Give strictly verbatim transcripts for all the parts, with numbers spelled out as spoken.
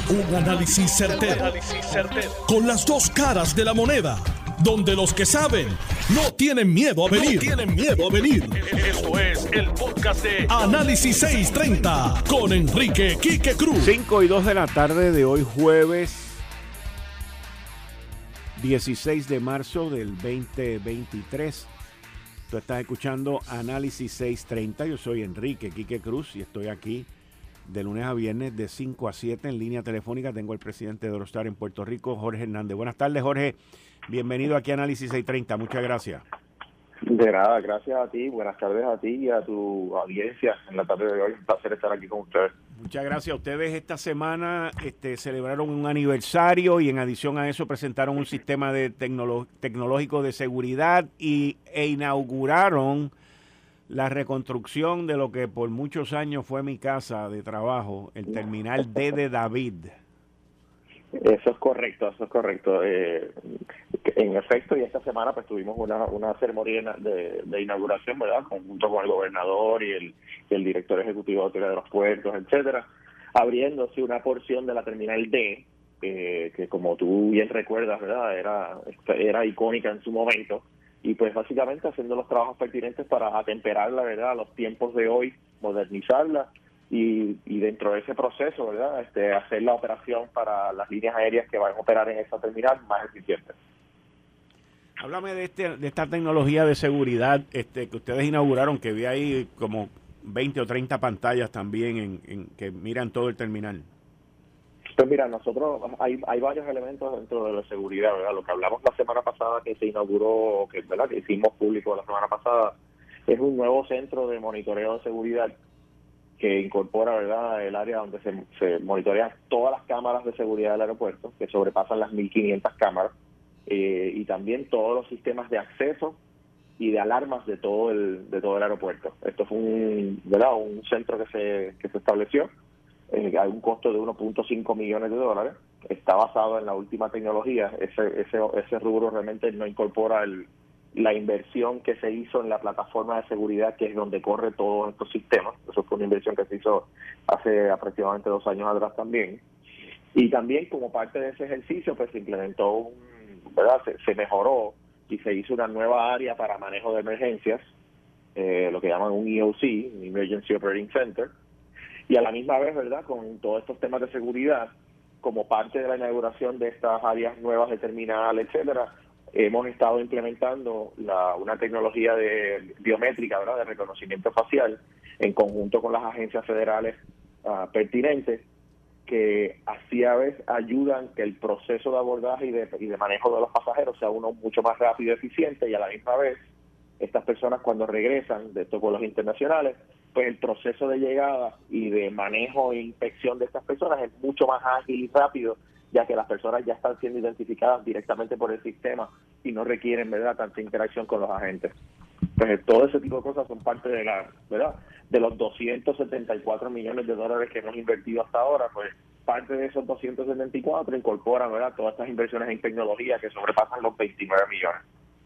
Un análisis certero, con las dos caras de la moneda, donde los que saben no tienen miedo a venir. No tienen miedo a venir. Esto es el podcast de Análisis seiscientos treinta con Enrique Quique Cruz. cinco y dos de la tarde de hoy, jueves dieciséis de marzo del veinte veintitrés. Tú estás escuchando Análisis seiscientos treinta. Yo soy Enrique Quique Cruz y estoy aquí de lunes a viernes de cinco a siete en línea telefónica. Tengo al presidente de Eurostar en Puerto Rico, Jorge Hernández. Buenas tardes, Jorge. Bienvenido aquí a Análisis seiscientos treinta. Muchas gracias. De nada, gracias a ti. Buenas tardes a ti y a tu audiencia en la tarde de hoy. Un placer estar aquí con ustedes. Muchas gracias. Ustedes esta semana este, celebraron un aniversario y en adición a eso presentaron un sistema de tecnolo- tecnológico de seguridad y, e inauguraron la reconstrucción de lo que por muchos años fue mi casa de trabajo, el Terminal D de David. Eso es correcto, eso es correcto. Eh, en efecto, y esta semana pues tuvimos una, una ceremonia de, de inauguración, ¿verdad? Junto con el gobernador y el, y el director ejecutivo de Autoridad de los Puertos, etcétera, abriéndose una porción de la Terminal D, eh, que como tú bien recuerdas, ¿verdad? Era, era icónica en su momento. Y pues básicamente haciendo los trabajos pertinentes para atemperarla, ¿verdad?, a los tiempos de hoy, modernizarla y, y dentro de ese proceso, ¿verdad?, este, hacer la operación para las líneas aéreas que van a operar en esa terminal más eficiente. Háblame de este de esta tecnología de seguridad este que ustedes inauguraron, que vi ahí como veinte o treinta pantallas también en, en que miran todo el terminal. Pues mira, nosotros hay hay varios elementos dentro de la seguridad, ¿verdad? Lo que hablamos la semana pasada que se inauguró, que verdad que hicimos público la semana pasada, es un nuevo centro de monitoreo de seguridad que incorpora, ¿verdad?, el área donde se, se monitorean todas las cámaras de seguridad del aeropuerto, que sobrepasan las mil quinientas cámaras, eh, y también todos los sistemas de acceso y de alarmas de todo el de todo el aeropuerto. Esto fue un, ¿verdad?, un centro que se que se estableció. Eh, hay un costo de uno punto cinco millones de dólares, está basado en la última tecnología. Ese ese ese rubro realmente no incorpora el, la inversión que se hizo en la plataforma de seguridad, que es donde corre todos estos sistemas. Eso fue una inversión que se hizo hace aproximadamente dos años atrás también. Y también como parte de ese ejercicio, pues se implementó, un, ¿verdad? Se, se mejoró y se hizo una nueva área para manejo de emergencias, eh, lo que llaman un E O C, un Emergency Operating Center. Y a la misma vez, ¿verdad?, con todos estos temas de seguridad, como parte de la inauguración de estas áreas nuevas de terminal, etcétera, hemos estado implementando la, una tecnología de biométrica, ¿verdad?, de reconocimiento facial, en conjunto con las agencias federales uh, pertinentes, que así a veces ayudan que el proceso de abordaje y de, y de manejo de los pasajeros sea uno mucho más rápido y eficiente, y a la misma vez estas personas cuando regresan de estos vuelos internacionales, pues el proceso de llegada y de manejo e inspección de estas personas es mucho más ágil y rápido, ya que las personas ya están siendo identificadas directamente por el sistema y no requieren, ¿verdad?, tanta interacción con los agentes. Pues todo ese tipo de cosas son parte de la, ¿verdad?, de los doscientos setenta y cuatro millones de dólares que hemos invertido hasta ahora. Pues parte de esos doscientos setenta y cuatro incorporan, ¿verdad?, todas estas inversiones en tecnología que sobrepasan los veintinueve millones.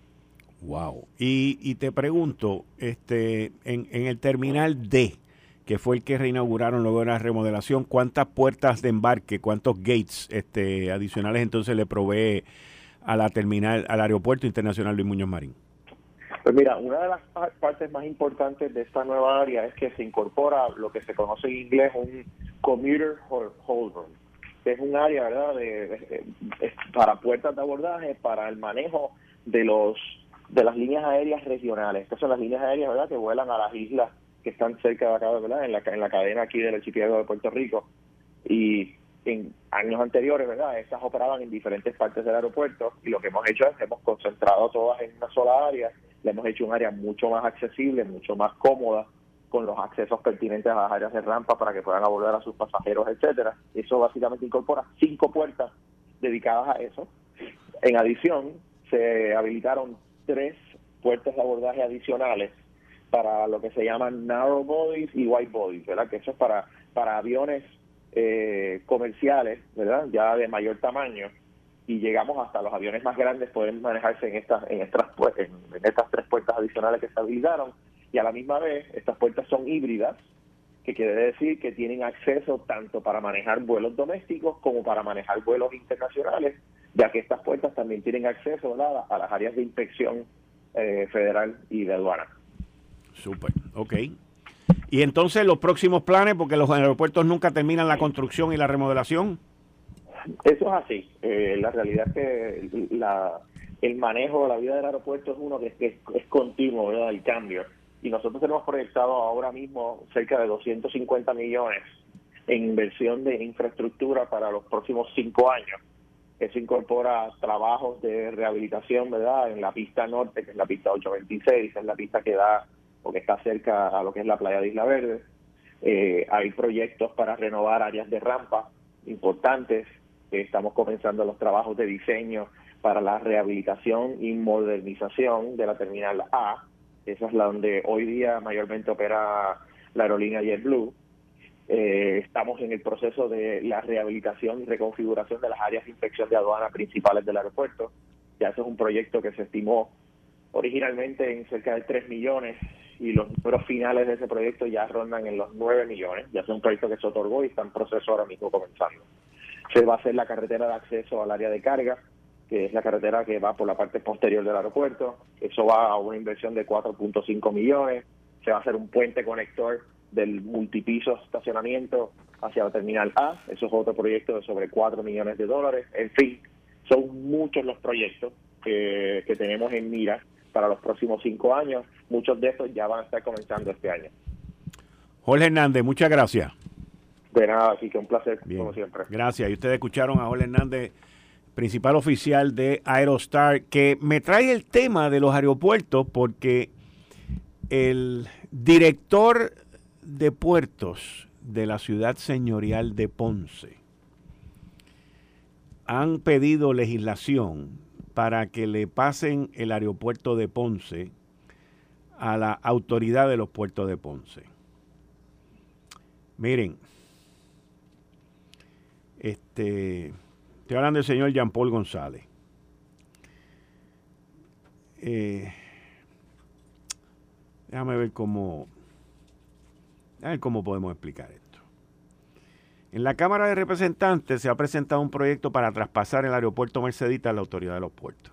Wow. Y, y te pregunto, este, en, en el terminal D, que fue el que reinauguraron luego de la remodelación, ¿cuántas puertas de embarque, cuántos gates este, adicionales entonces le provee a la terminal, al Aeropuerto Internacional Luis Muñoz Marín? Pues mira, una de las partes más importantes de esta nueva área es que se incorpora lo que se conoce en inglés un commuter hold room, que es un área, ¿verdad?, de, de, de, para puertas de abordaje, para el manejo de los de las líneas aéreas regionales. Estas son las líneas aéreas, ¿verdad?, que vuelan a las islas que están cerca de acá, ¿verdad?, en la, en la cadena aquí del archipiélago de Puerto Rico. Y en años anteriores, ¿verdad?, estas operaban en diferentes partes del aeropuerto, y lo que hemos hecho es que hemos concentrado todas en una sola área, le hemos hecho un área mucho más accesible, mucho más cómoda, con los accesos pertinentes a las áreas de rampa para que puedan abordar a sus pasajeros, etcétera. Eso básicamente incorpora cinco puertas dedicadas a eso. En adición, se habilitaron tres puertas de abordaje adicionales para lo que se llaman narrow bodies y wide bodies, ¿verdad?, que eso es para para aviones eh, comerciales, ¿verdad?, ya de mayor tamaño, y llegamos hasta los aviones más grandes pueden manejarse en estas en estas en, en estas tres puertas adicionales que se habilitaron. Y a la misma vez estas puertas son híbridas, que quiere decir que tienen acceso tanto para manejar vuelos domésticos como para manejar vuelos internacionales, ya que estas puertas también tienen acceso, ¿verdad?, a las áreas de inspección eh, federal y de aduana. Súper, ok. Y entonces los próximos planes, porque los aeropuertos nunca terminan la construcción y la remodelación. Eso es así. Eh, la realidad es que la, el manejo de la vida del aeropuerto es uno que es, que es, es continuo, ¿verdad?, el cambio. Y nosotros tenemos proyectado ahora mismo cerca de doscientos cincuenta millones en inversión de infraestructura para los próximos cinco años. Eso incorpora trabajos de rehabilitación, ¿verdad?, en la pista norte, que es la pista ocho veintiséis, es la pista que da o que está cerca a lo que es la playa de Isla Verde. Eh, hay proyectos para renovar áreas de rampa importantes. Eh, estamos comenzando los trabajos de diseño para la rehabilitación y modernización de la Terminal A. Esa es la donde hoy día mayormente opera la aerolínea JetBlue. Eh, estamos en el proceso de la rehabilitación y reconfiguración de las áreas de inspección de aduana principales del aeropuerto. Ya eso es un proyecto que se estimó originalmente en cerca de tres millones y los números finales de ese proyecto ya rondan en los nueve millones. Ya es un proyecto que se otorgó y está en proceso ahora mismo comenzando. Se va a hacer la carretera de acceso al área de carga, que es la carretera que va por la parte posterior del aeropuerto. Eso va a una inversión de cuatro punto cinco millones. Se va a hacer un puente conector del multipiso estacionamiento hacia la Terminal A. Eso es otro proyecto de sobre cuatro millones de dólares. En fin, son muchos los proyectos que, que tenemos en mira para los próximos cinco años. Muchos de estos ya van a estar comenzando este año. Jorge Hernández, muchas gracias. De nada, así que un placer, Bien, como siempre. Gracias. Y ustedes escucharon a Jorge Hernández, principal oficial de Aerostar, que me trae el tema de los aeropuertos porque el director de puertos de la ciudad señorial de Ponce han pedido legislación para que le pasen el aeropuerto de Ponce a la autoridad de los puertos de Ponce. Miren, este, estoy hablando del señor Jean Paul González. Eh, déjame ver cómo, déjame ver cómo podemos explicar esto. En la Cámara de Representantes se ha presentado un proyecto para traspasar el aeropuerto Mercedita a la autoridad de los puertos.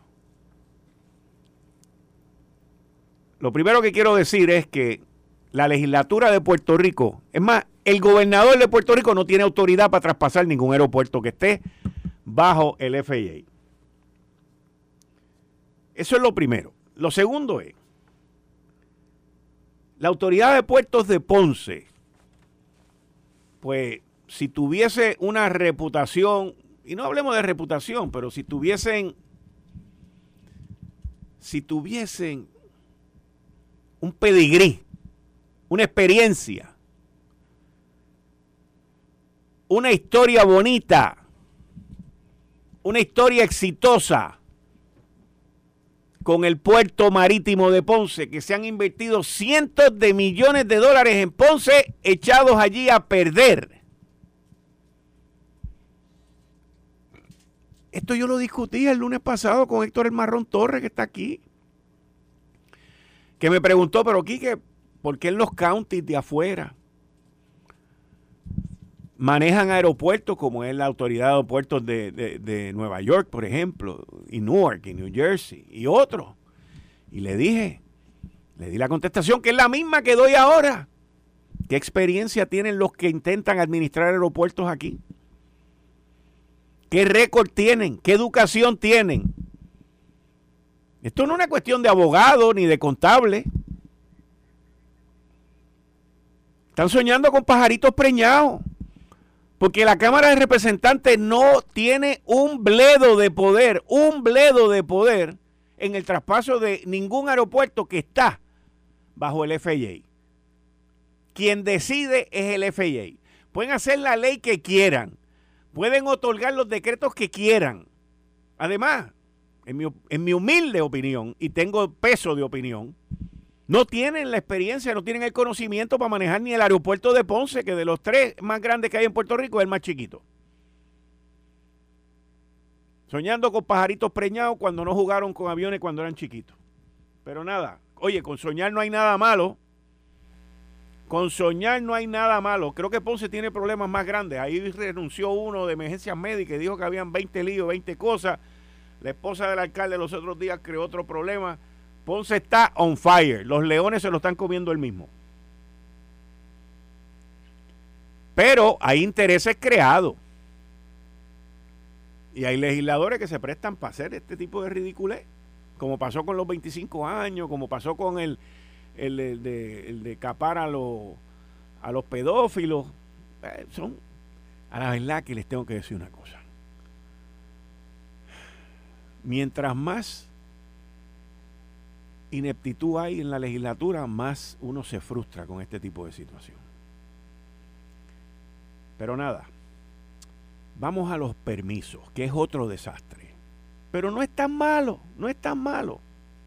Lo primero que quiero decir es que la legislatura de Puerto Rico, es más, el gobernador de Puerto Rico no tiene autoridad para traspasar ningún aeropuerto que esté bajo el F A A. Eso es lo primero. Lo segundo es, la autoridad de puertos de Ponce, pues si tuviese una reputación, y no hablemos de reputación, pero si tuviesen, si tuviesen un pedigrí, una experiencia, una historia bonita, una historia exitosa con el puerto marítimo de Ponce, que se han invertido cientos de millones de dólares en Ponce, echados allí a perder. Esto yo lo discutí el lunes pasado con Héctor El Marrón Torres, que está aquí, que me preguntó, pero Quique, ¿por qué en los counties de afuera manejan aeropuertos como es la autoridad de aeropuertos de, de, de Nueva York, por ejemplo, y Newark, y New Jersey, y otros? Y le dije, le di la contestación que es la misma que doy ahora. ¿Qué experiencia tienen los que intentan administrar aeropuertos aquí? ¿Qué récord tienen? ¿Qué educación tienen? Esto no es una cuestión de abogado ni de contable. Están soñando con pajaritos preñados. Porque la Cámara de Representantes no tiene un bledo de poder, un bledo de poder en el traspaso de ningún aeropuerto que está bajo el F A A. Quien decide es el F A A. Pueden hacer la ley que quieran. Pueden otorgar los decretos que quieran. Además, en mi, en mi humilde opinión, y tengo peso de opinión, no tienen la experiencia, no tienen el conocimiento para manejar ni el aeropuerto de Ponce, que de los tres más grandes que hay en Puerto Rico es el más chiquito. Soñando con pajaritos preñados cuando no jugaron con aviones cuando eran chiquitos. Pero nada, oye, con soñar no hay nada malo. Con soñar no hay nada malo. Creo que Ponce tiene problemas más grandes. Ahí renunció uno de emergencias médicas y dijo que habían veinte líos, veinte cosas. La esposa del alcalde los otros días creó otro problema. Ponce está on fire. Los leones se lo están comiendo él mismo. Pero hay intereses creados. Y hay legisladores que se prestan para hacer este tipo de ridiculez. Como pasó con los veinticinco años, como pasó con el, el, el, de, el de capar a los, a los pedófilos. Eh, son, a la verdad que les tengo que decir una cosa. Mientras más ineptitud hay en la legislatura, más uno se frustra con este tipo de situación. Pero nada, vamos a los permisos, que es otro desastre. Pero no es tan malo, no es tan malo.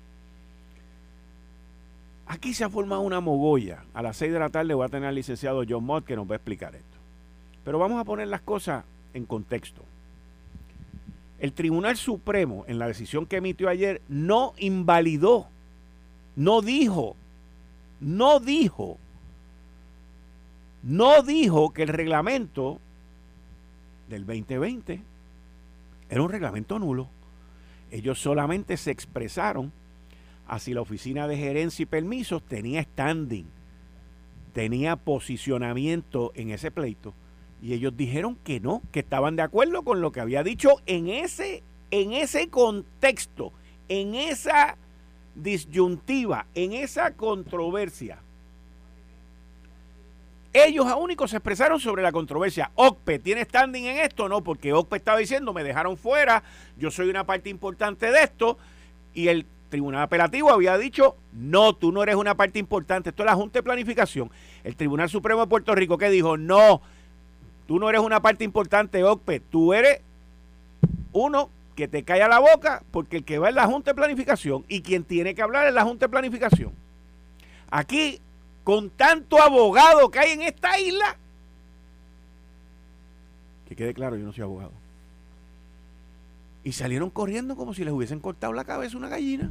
Aquí se ha formado una mogolla. A las seis de la tarde voy a tener al licenciado John Mott que nos va a explicar esto. Pero vamos a poner las cosas en contexto. El Tribunal Supremo, en la decisión que emitió ayer, no invalidó, no dijo, no dijo, no dijo que el reglamento del veinte veinte era un reglamento nulo. Ellos solamente se expresaron a si la Oficina de Gerencia y Permisos tenía standing, tenía posicionamiento en ese pleito. Y ellos dijeron que no, que estaban de acuerdo con lo que había dicho en ese, en ese contexto, en esa disyuntiva, en esa controversia. Ellos a únicos se expresaron sobre la controversia. O C P E tiene standing en esto, no, porque O C P E estaba diciendo, me dejaron fuera, yo soy una parte importante de esto, y el Tribunal Apelativo había dicho, no, tú no eres una parte importante, esto es la Junta de Planificación. El Tribunal Supremo de Puerto Rico, ¿qué dijo? No, tú no eres una parte importante, O C P E, tú eres uno que te calla la boca, porque el que va es la Junta de Planificación, y quien tiene que hablar es la Junta de Planificación. Aquí, con tanto abogado que hay en esta isla, que quede claro, yo no soy abogado, y salieron corriendo como si les hubiesen cortado la cabeza a una gallina.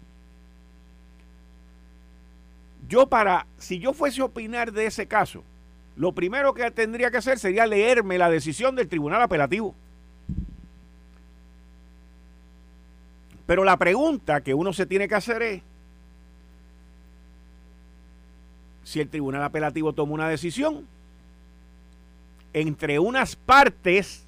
Yo para, si yo fuese a opinar de ese caso, lo primero que tendría que hacer sería leerme la decisión del Tribunal Apelativo. Pero la pregunta que uno se tiene que hacer es, si el Tribunal Apelativo toma una decisión entre unas partes,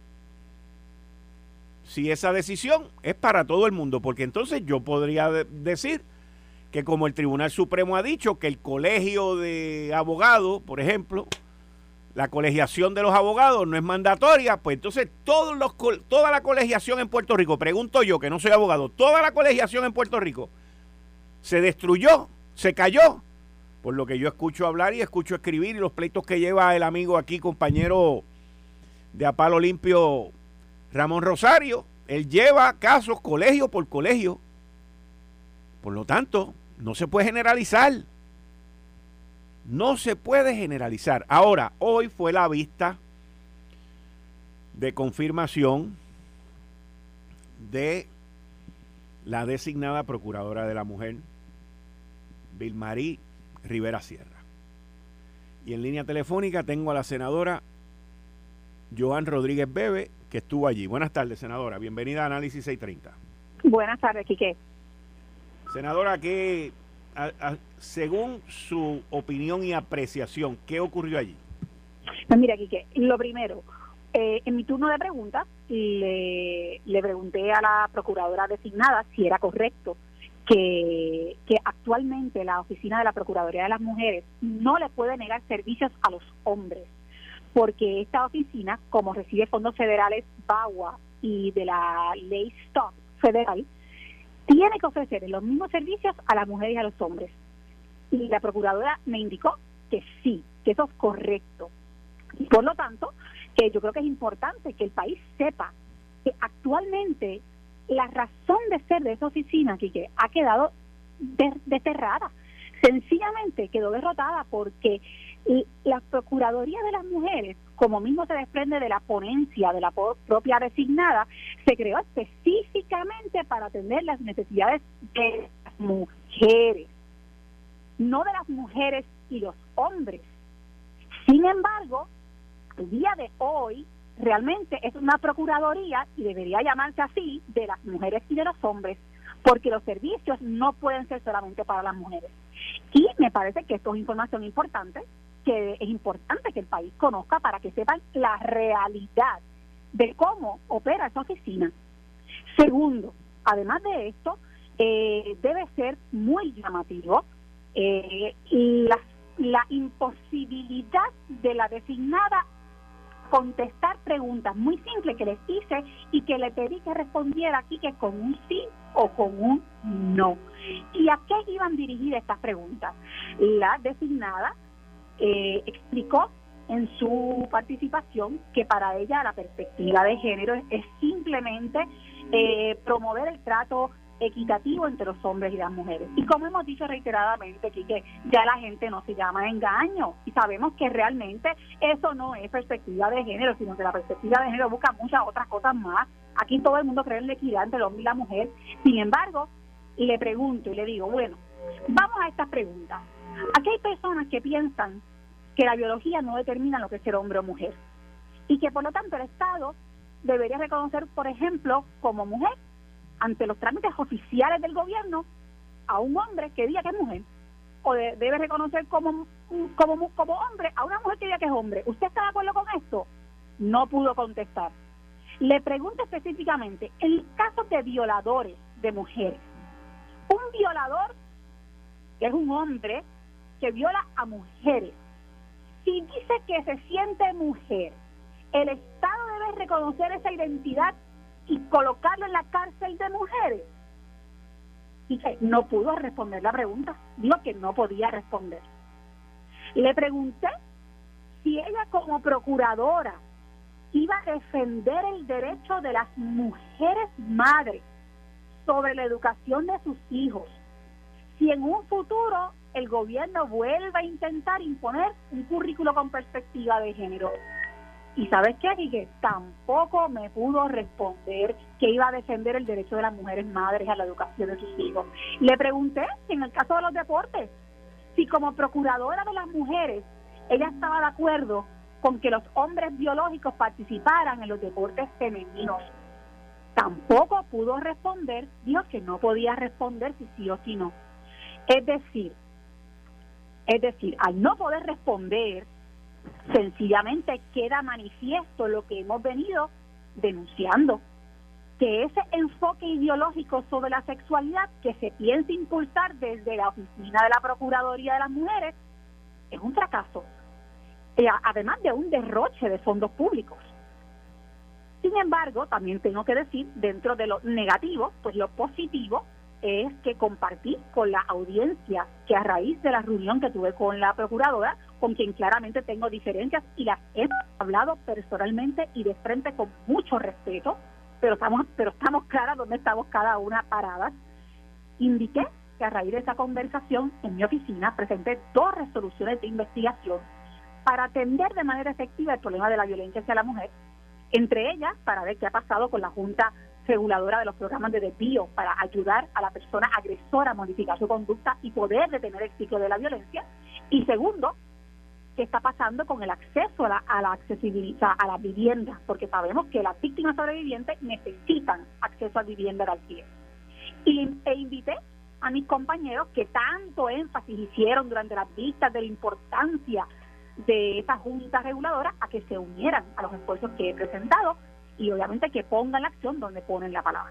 si esa decisión es para todo el mundo, porque entonces yo podría de- decir que como el Tribunal Supremo ha dicho que el colegio de abogados, por ejemplo, la colegiación de los abogados no es mandatoria, pues entonces todos los, toda la colegiación en Puerto Rico, pregunto yo que no soy abogado, toda la colegiación en Puerto Rico se destruyó, se cayó, por lo que yo escucho hablar y escucho escribir y los pleitos que lleva el amigo aquí, compañero de A Palo Limpio, Ramón Rosario. Él lleva casos colegio por colegio. Por lo tanto, no se puede generalizar. No se puede generalizar. Ahora, hoy fue la vista de confirmación de la designada Procuradora de la Mujer, Vilmarí Rivera Sierra. Y en línea telefónica tengo a la senadora Joan Rodríguez Bebe, que estuvo allí. Buenas tardes, senadora. Bienvenida a Análisis seiscientos treinta. Buenas tardes, Quique. Senadora, ¿qué, a, a, según su opinión y apreciación, qué ocurrió allí? Pues mira, Quique, lo primero, eh, en mi turno de preguntas le, le pregunté a la procuradora designada si era correcto que, que actualmente la Oficina de la Procuraduría de las Mujeres no le puede negar servicios a los hombres, porque esta oficina, como recibe fondos federales BAWA y de la ley STOP federal, tiene que ofrecer los mismos servicios a las mujeres y a los hombres. Y la procuradora me indicó que sí, que eso es correcto. Y por lo tanto, que yo creo que es importante que el país sepa que actualmente la razón de ser de esa oficina, que ha quedado desterrada. Sencillamente quedó derrotada porque la Procuraduría de las Mujeres, como mismo se desprende de la ponencia de la propia designada, se creó específicamente para atender las necesidades de las mujeres, no de las mujeres y los hombres. Sin embargo, el día de hoy realmente es una procuraduría, y debería llamarse así, de las mujeres y de los hombres, porque los servicios no pueden ser solamente para las mujeres. Y me parece que esto es información importante, que es importante que el país conozca para que sepan la realidad de cómo opera esa oficina. Segundo, además de esto, eh, debe ser muy llamativo eh, la, la imposibilidad de la designada contestar preguntas muy simples que les hice y que le pedí que respondiera aquí que con un sí o con un no. ¿Y a qué iban dirigidas estas preguntas? La designada eh, explicó en su participación que para ella la perspectiva de género es, es simplemente eh, promover el trato equitativo entre los hombres y las mujeres. Y como hemos dicho reiteradamente aquí, que ya la gente no se llama engaño, y sabemos que realmente eso no es perspectiva de género, sino que la perspectiva de género busca muchas otras cosas más. Aquí todo el mundo cree en la equidad entre el hombre y la mujer. Sin embargo, le pregunto y le digo, bueno, vamos a estas preguntas. Aquí hay personas que piensan que la biología no determina lo que es ser hombre o mujer, y que por lo tanto el Estado debería reconocer, por ejemplo, como mujer, ante los trámites oficiales del gobierno, a un hombre que diga que es mujer, o de, debe reconocer como, como, como hombre a una mujer que diga que es hombre. ¿Usted está de acuerdo con esto? No pudo contestar. Le pregunto específicamente, en casos de violadores de mujeres, un violador que es un hombre que viola a mujeres, si dice que se siente mujer, ¿el Estado debe reconocer esa identidad y colocarlo en la cárcel de mujeres? Y que no pudo responder la pregunta. Digo que no podía responder. Le pregunté si ella como procuradora iba a defender el derecho de las mujeres madres sobre la educación de sus hijos, si en un futuro el gobierno vuelve a intentar imponer un currículo con perspectiva de género. ¿Y sabes qué? Dije, tampoco me pudo responder que iba a defender el derecho de las mujeres madres a la educación de sus hijos. Le pregunté si en el caso de los deportes, si como procuradora de las mujeres, ella estaba de acuerdo con que los hombres biológicos participaran en los deportes femeninos. Tampoco pudo responder, dijo que no podía responder si sí o si no. Es decir, es decir, al no poder responder, sencillamente queda manifiesto lo que hemos venido denunciando, que ese enfoque ideológico sobre la sexualidad que se piensa impulsar desde la oficina de la Procuraduría de las Mujeres es un fracaso, además de un derroche de fondos públicos. Sin embargo, también tengo que decir, dentro de lo negativo, pues lo positivo es que compartí con la audiencia que a raíz de la reunión que tuve con la procuradora, con quien claramente tengo diferencias y las he hablado personalmente y de frente con mucho respeto, pero estamos pero estamos claras dónde estamos cada una paradas, indiqué que a raíz de esa conversación en mi oficina presenté dos resoluciones de investigación para atender de manera efectiva el problema de la violencia hacia la mujer, entre ellas para ver qué ha pasado con la Junta Reguladora de los programas de desvío para ayudar a la persona agresora a modificar su conducta y poder detener el ciclo de la violencia, y segundo, qué está pasando con el acceso a la, a la accesibilidad a las viviendas, porque sabemos que las víctimas sobrevivientes necesitan acceso a vivienda de alquiler. Y, e invité a mis compañeros que tanto énfasis hicieron durante las vistas de la importancia de esa junta reguladora a que se unieran a los esfuerzos que he presentado y obviamente que pongan la acción donde ponen la palabra.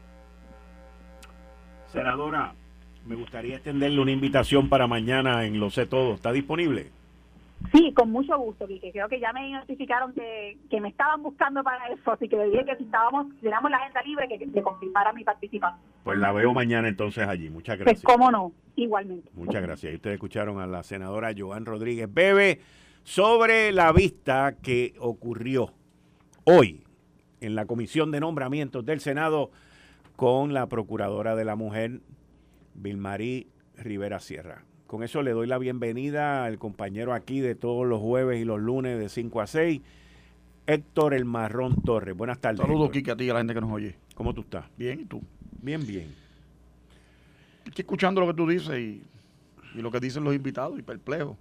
Senadora, me gustaría extenderle una invitación para mañana en Lo Sé Todo. ¿Está disponible? Sí, con mucho gusto, Quique. Creo que ya me notificaron que, que me estaban buscando para eso, así que le dije que si estábamos, si teníamos la agenda libre, que, que confirmara mi participación. Pues la veo mañana entonces allí. Muchas gracias. Pues cómo no, igualmente. Muchas gracias. Y ustedes escucharon a la senadora Joan Rodríguez Bebe sobre la vista que ocurrió hoy en la Comisión de Nombramientos del Senado con la Procuradora de la Mujer, Vilmarí Rivera Sierra. Con eso le doy la bienvenida al compañero aquí de todos los jueves y los lunes de cinco a seis, Héctor El Marrón Torres. Buenas tardes. Saludos, Quique, a ti y a la gente que nos oye. ¿Cómo tú estás? Bien, ¿y tú? Bien, bien. Estoy escuchando lo que tú dices y, y lo que dicen los invitados y perplejo.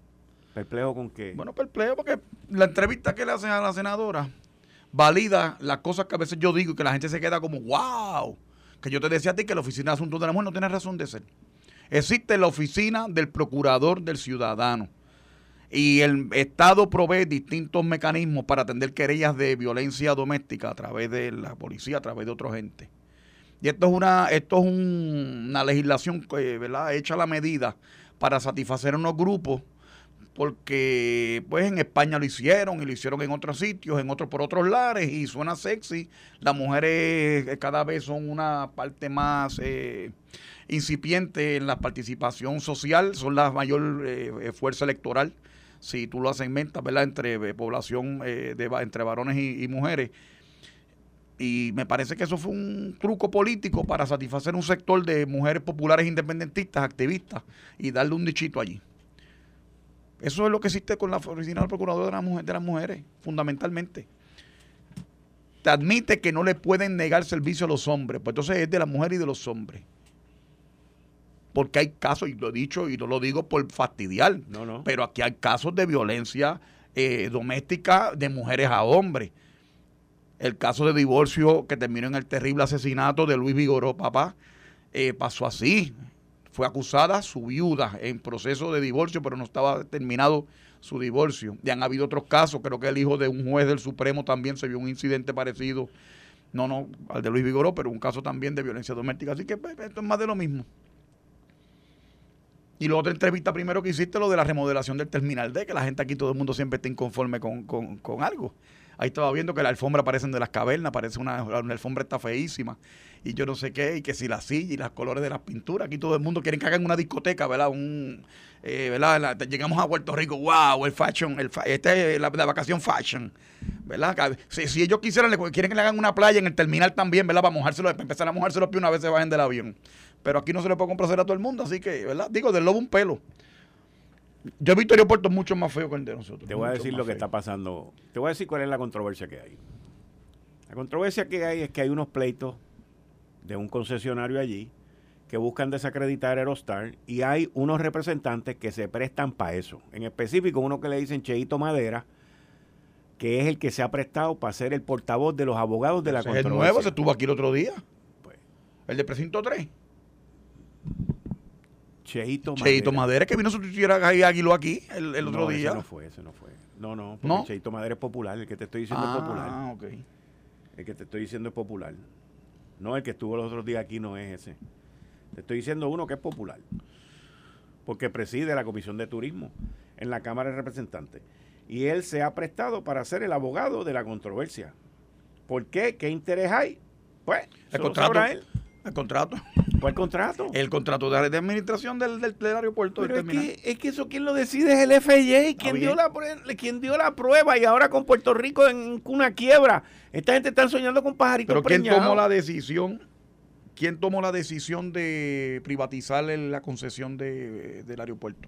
¿Perplejo con qué? Bueno, perplejo porque la entrevista que le hacen a la senadora valida las cosas que a veces yo digo y que la gente se queda como, wow, que yo te decía a ti que la Oficina de Asuntos de la Mujer no tiene razón de ser. Existe la Oficina del Procurador del Ciudadano y el Estado provee distintos mecanismos para atender querellas de violencia doméstica a través de la policía, a través de otra gente. Y esto es una esto es un, una legislación que, ¿verdad?, hecha a la medida para satisfacer a unos grupos, porque pues en España lo hicieron y lo hicieron en otros sitios, en otros por otros lares, y suena sexy. Las mujeres cada vez son una parte más eh, incipiente en la participación social, son la mayor eh, fuerza electoral, si tú lo segmentas, ¿verdad?, entre eh, población, eh, de, entre varones y, y mujeres. Y me parece que eso fue un truco político para satisfacer un sector de mujeres populares independentistas, activistas, y darle un dichito allí. Eso es lo que existe con la Oficina del Procurador de, la mujer, de las Mujeres, fundamentalmente. Te admite que no le pueden negar servicio a los hombres, pues entonces es de la mujer y de los hombres. Porque hay casos, y lo he dicho y no lo digo por fastidiar, no, no. pero aquí hay casos de violencia eh, doméstica de mujeres a hombres. El caso de divorcio que terminó en el terrible asesinato de Luis Vigoró, papá, eh, pasó así. Fue acusada su viuda en proceso de divorcio, pero no estaba terminado su divorcio. Y han habido otros casos, creo que el hijo de un juez del Supremo también se vio un incidente parecido, no, no, al de Luis Vigoró, pero un caso también de violencia doméstica. Así que pues, esto es más de lo mismo. Y la otra entrevista primero que hiciste, lo de la remodelación del Terminal D, que la gente aquí, todo el mundo siempre está inconforme con, con, con algo. Ahí estaba viendo que las alfombras parecen de las cavernas, parece una, una alfombra está feísima, y yo no sé qué, y que si la silla y los colores de las pinturas, aquí todo el mundo quiere que hagan una discoteca, ¿verdad? Un, eh, ¿verdad? La, llegamos a Puerto Rico, wow, el fashion, el fa, este es la, la vacación fashion, ¿verdad? Si, si ellos quisieran, le, quieren que le hagan una playa en el terminal también, ¿verdad? Para mojárselo, para empezar a mojarse los pies una vez se bajen del avión. Pero aquí no se le puede complacer a todo el mundo, así que, ¿verdad? Digo, del lobo un pelo. Yo he visto aeropuertos mucho más feos que el de nosotros. Te voy a decir lo que está pasando. Te voy a decir cuál es la controversia que hay. La controversia que hay es que hay unos pleitos de un concesionario allí que buscan desacreditar a Aerostar, y hay unos representantes que se prestan para eso. En específico, uno que le dicen Cheito Madera, que es el que se ha prestado para ser el portavoz de los abogados de la controversia. El nuevo se estuvo aquí el otro día. Pues, el de Precinto tres. Cheito Madera. Cheito Madera, que vino a sustituir a Aguiló aquí el, el otro no, día. Ese no fue, ese no fue. No, no, porque ¿No? Cheito Madera es popular, el que te estoy diciendo ah, es popular. Ah, ok. El que te estoy diciendo es popular. No, el que estuvo los otros días aquí no es ese. Te estoy diciendo uno que es popular. Porque preside la Comisión de Turismo en la Cámara de Representantes. Y él se ha prestado para ser el abogado de la controversia. ¿Por qué? ¿Qué interés hay? Pues, el contrato. Él. El contrato. ¿Cuál contrato? El contrato de, de administración del, del, del aeropuerto. Pero del es, que, es que eso quien lo decide es el F A A, quien dio, la, quien dio la prueba, y ahora con Puerto Rico en una quiebra. Esta gente está soñando con pajaritos Pero ¿quién preñados. tomó la decisión? ¿Quién tomó la decisión de privatizar la concesión de, del aeropuerto?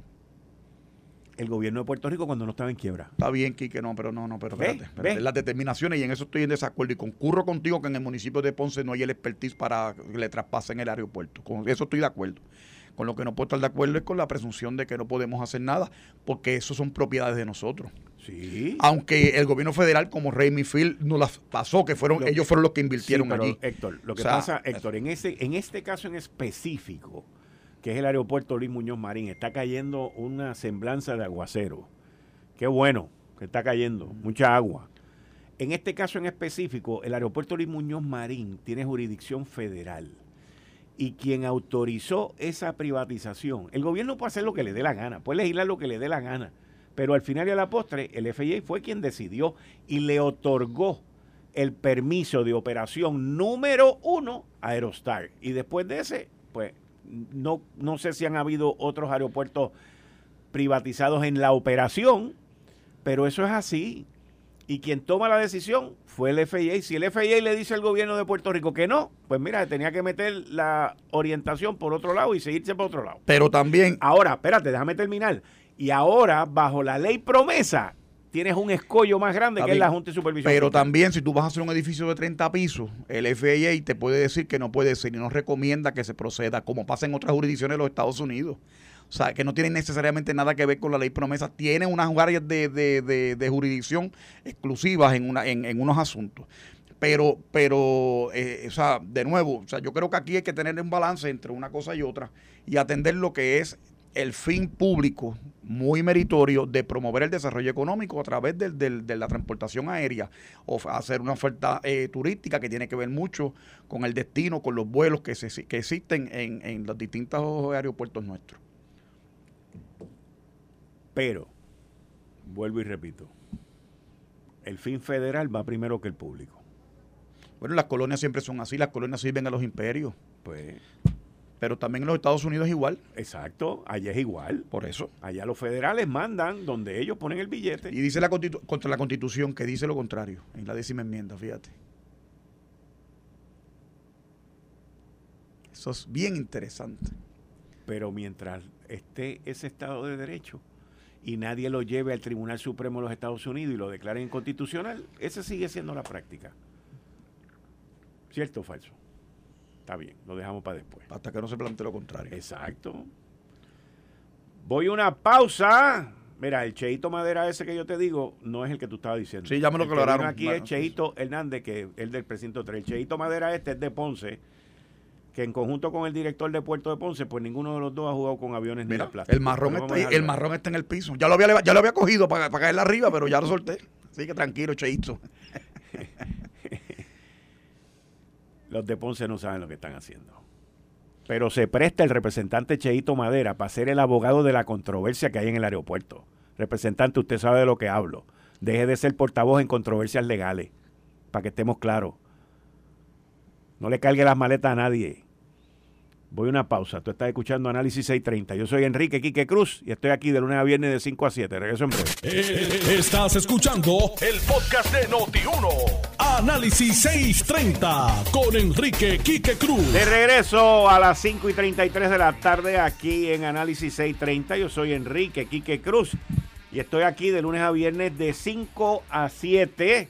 El gobierno de Puerto Rico cuando no estaba en quiebra. Está bien, Quique, no, pero no, no, pero ¿Ve? espérate, espérate. Las determinaciones, y en eso estoy en desacuerdo, y concurro contigo que en el municipio de Ponce no hay el expertise para que le traspasen el aeropuerto. Con eso estoy de acuerdo. Con lo que no puedo estar de acuerdo es con la presunción de que no podemos hacer nada, porque eso son propiedades de nosotros. Sí. Aunque el gobierno federal, como Raimi Field, nos las pasó, que fueron, lo, ellos fueron los que invirtieron sí, pero, allí. Héctor, lo que o sea, pasa, Héctor, en ese, en este caso en específico, que es el aeropuerto Luis Muñoz Marín, está cayendo una semblanza de aguacero. Qué bueno que está cayendo, mucha agua. En este caso en específico, el aeropuerto Luis Muñoz Marín tiene jurisdicción federal. Y quien autorizó esa privatización, el gobierno puede hacer lo que le dé la gana, puede legislar lo que le dé la gana, pero al final y a la postre, el F A A fue quien decidió y le otorgó el permiso de operación número uno a Aerostar. Y después de ese, pues, no, no sé si han habido otros aeropuertos privatizados en la operación, pero eso es así. Y quien toma la decisión fue el F A A. Si el F A A le dice al gobierno de Puerto Rico que no, pues mira, tenía que meter la orientación por otro lado y seguirse por otro lado. Pero también... Ahora, espérate, déjame terminar. Y ahora, bajo la ley promesa, tienes un escollo más grande que es la Junta de Supervisión. Pero también, si tú vas a hacer un edificio de treinta pisos, el F A A te puede decir que no puede ser y no recomienda que se proceda, como pasa en otras jurisdicciones de los Estados Unidos. O O sea, que no tienen necesariamente nada que ver con la ley promesa, tienen unas áreas de, de, de, de jurisdicción exclusivas en, una, en, en unos asuntos. Pero, pero eh, o sea, de nuevo, o sea, yo creo que aquí hay que tener un balance entre una cosa y otra y atender lo que es el fin público muy meritorio de promover el desarrollo económico a través del, del, de la transportación aérea, o hacer una oferta eh, turística que tiene que ver mucho con el destino, con los vuelos que, se, que existen en, en los distintos aeropuertos nuestros. Pero, vuelvo y repito, el fin federal va primero que el público. Bueno, las colonias siempre son así, las colonias sirven a los imperios. Pues, pero también en los Estados Unidos es igual. Exacto, allá es igual. Por eso. Allá los federales mandan donde ellos ponen el billete. Y dice la constitu- contra la Constitución que dice lo contrario, en la décima enmienda, fíjate. Eso es bien interesante. Pero mientras esté ese Estado de Derecho y nadie lo lleve al Tribunal Supremo de los Estados Unidos y lo declaren inconstitucional, esa sigue siendo la práctica. ¿Cierto o falso? Está bien, lo dejamos para después. Hasta que no se plantee lo contrario. Exacto. Voy a una pausa. Mira, el Cheito Madera ese que yo te digo no es el que tú estabas diciendo. Sí, ya me lo el que aclararon. vino aquí bueno, es Cheito Hernández, que es el del precinto tres. El Cheito Madera este es de Ponce, que en conjunto con el director de Puerto de Ponce, pues ninguno de los dos ha jugado con aviones Mira, ni de plástico. el marrón, está, ahí, el marrón está en el piso. Ya lo había, ya lo había cogido para, para caerle arriba, pero ya lo solté. Así que tranquilo, Cheito. Los de Ponce no saben lo que están haciendo. Pero se presta el representante Cheito Madera para ser el abogado de la controversia que hay en el aeropuerto. Representante, usted sabe de lo que hablo. Deje de ser portavoz en controversias legales, para que estemos claros. No le cargue las maletas a nadie. Voy a una pausa. Tú estás escuchando Análisis seiscientos treinta. Yo soy Enrique Quique Cruz y estoy aquí de lunes a viernes de cinco a siete. Regreso en breve. Eh, Estás escuchando el podcast de Noti uno. Análisis seiscientos treinta con Enrique Quique Cruz. De regreso a las cinco y treinta y tres de la tarde aquí en Análisis seiscientos treinta. Yo soy Enrique Quique Cruz y estoy aquí de lunes a viernes de cinco a siete.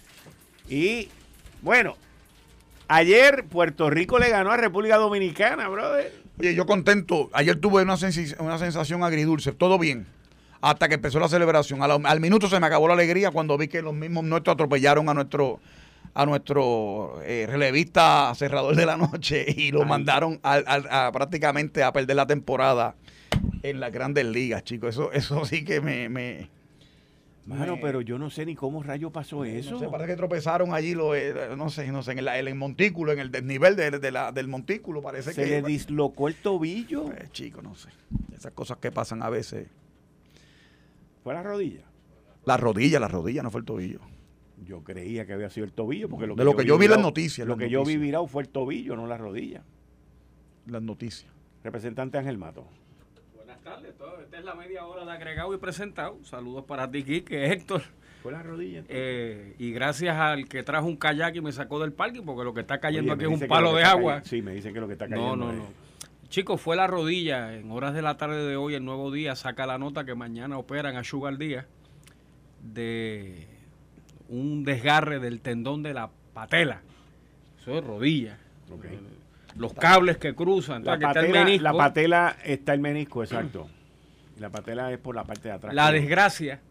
Y bueno, ayer Puerto Rico le ganó a República Dominicana, brother. Oye, yo contento. Ayer tuve una, sensi- una sensación agridulce. Todo bien. Hasta que empezó la celebración. Al, al minuto se me acabó la alegría cuando vi que los mismos nuestros atropellaron a nuestro a nuestro eh, relevista cerrador de la noche y lo Ay. mandaron a, a, a prácticamente a perder la temporada en las Grandes Ligas, chicos. Eso, eso sí que me... me Mano, me, pero yo no sé ni cómo rayo pasó eso. No sé, parece que tropezaron allí, lo, eh, no sé, no sé, en el, en el montículo, en el desnivel de, de la, del montículo, parece se que... Se le dislocó el tobillo. Eh, chico, no sé. Esas cosas que pasan a veces. ¿Fue la rodilla? La rodilla, la rodilla, no fue el tobillo. Yo creía que había sido el tobillo, porque lo de que lo yo que yo vi virado, las noticias. Lo las que noticias. yo vi virado fue el tobillo, no la rodilla. Las noticias. Representante Ángel Mato. Buenas tardes, todo. Esta es la media hora de agregado y presentado. Saludos para ti, Quique, Héctor. Fue la rodilla. Eh, y gracias al que trajo un kayak y me sacó del parque, porque lo que está cayendo Oye, aquí es un que palo de agua. Cayendo, sí, me dicen que lo que está cayendo. No, no, no. Chicos, fue la rodilla. En horas de la tarde de hoy, el Nuevo Día saca la nota que mañana operan a Sugar Díaz de un desgarre del tendón de la patela. Eso es rodilla. Okay. Los cables que cruzan. La, que patela, está el menisco. la patela está el menisco, exacto. La patela es por la parte de atrás. La desgracia.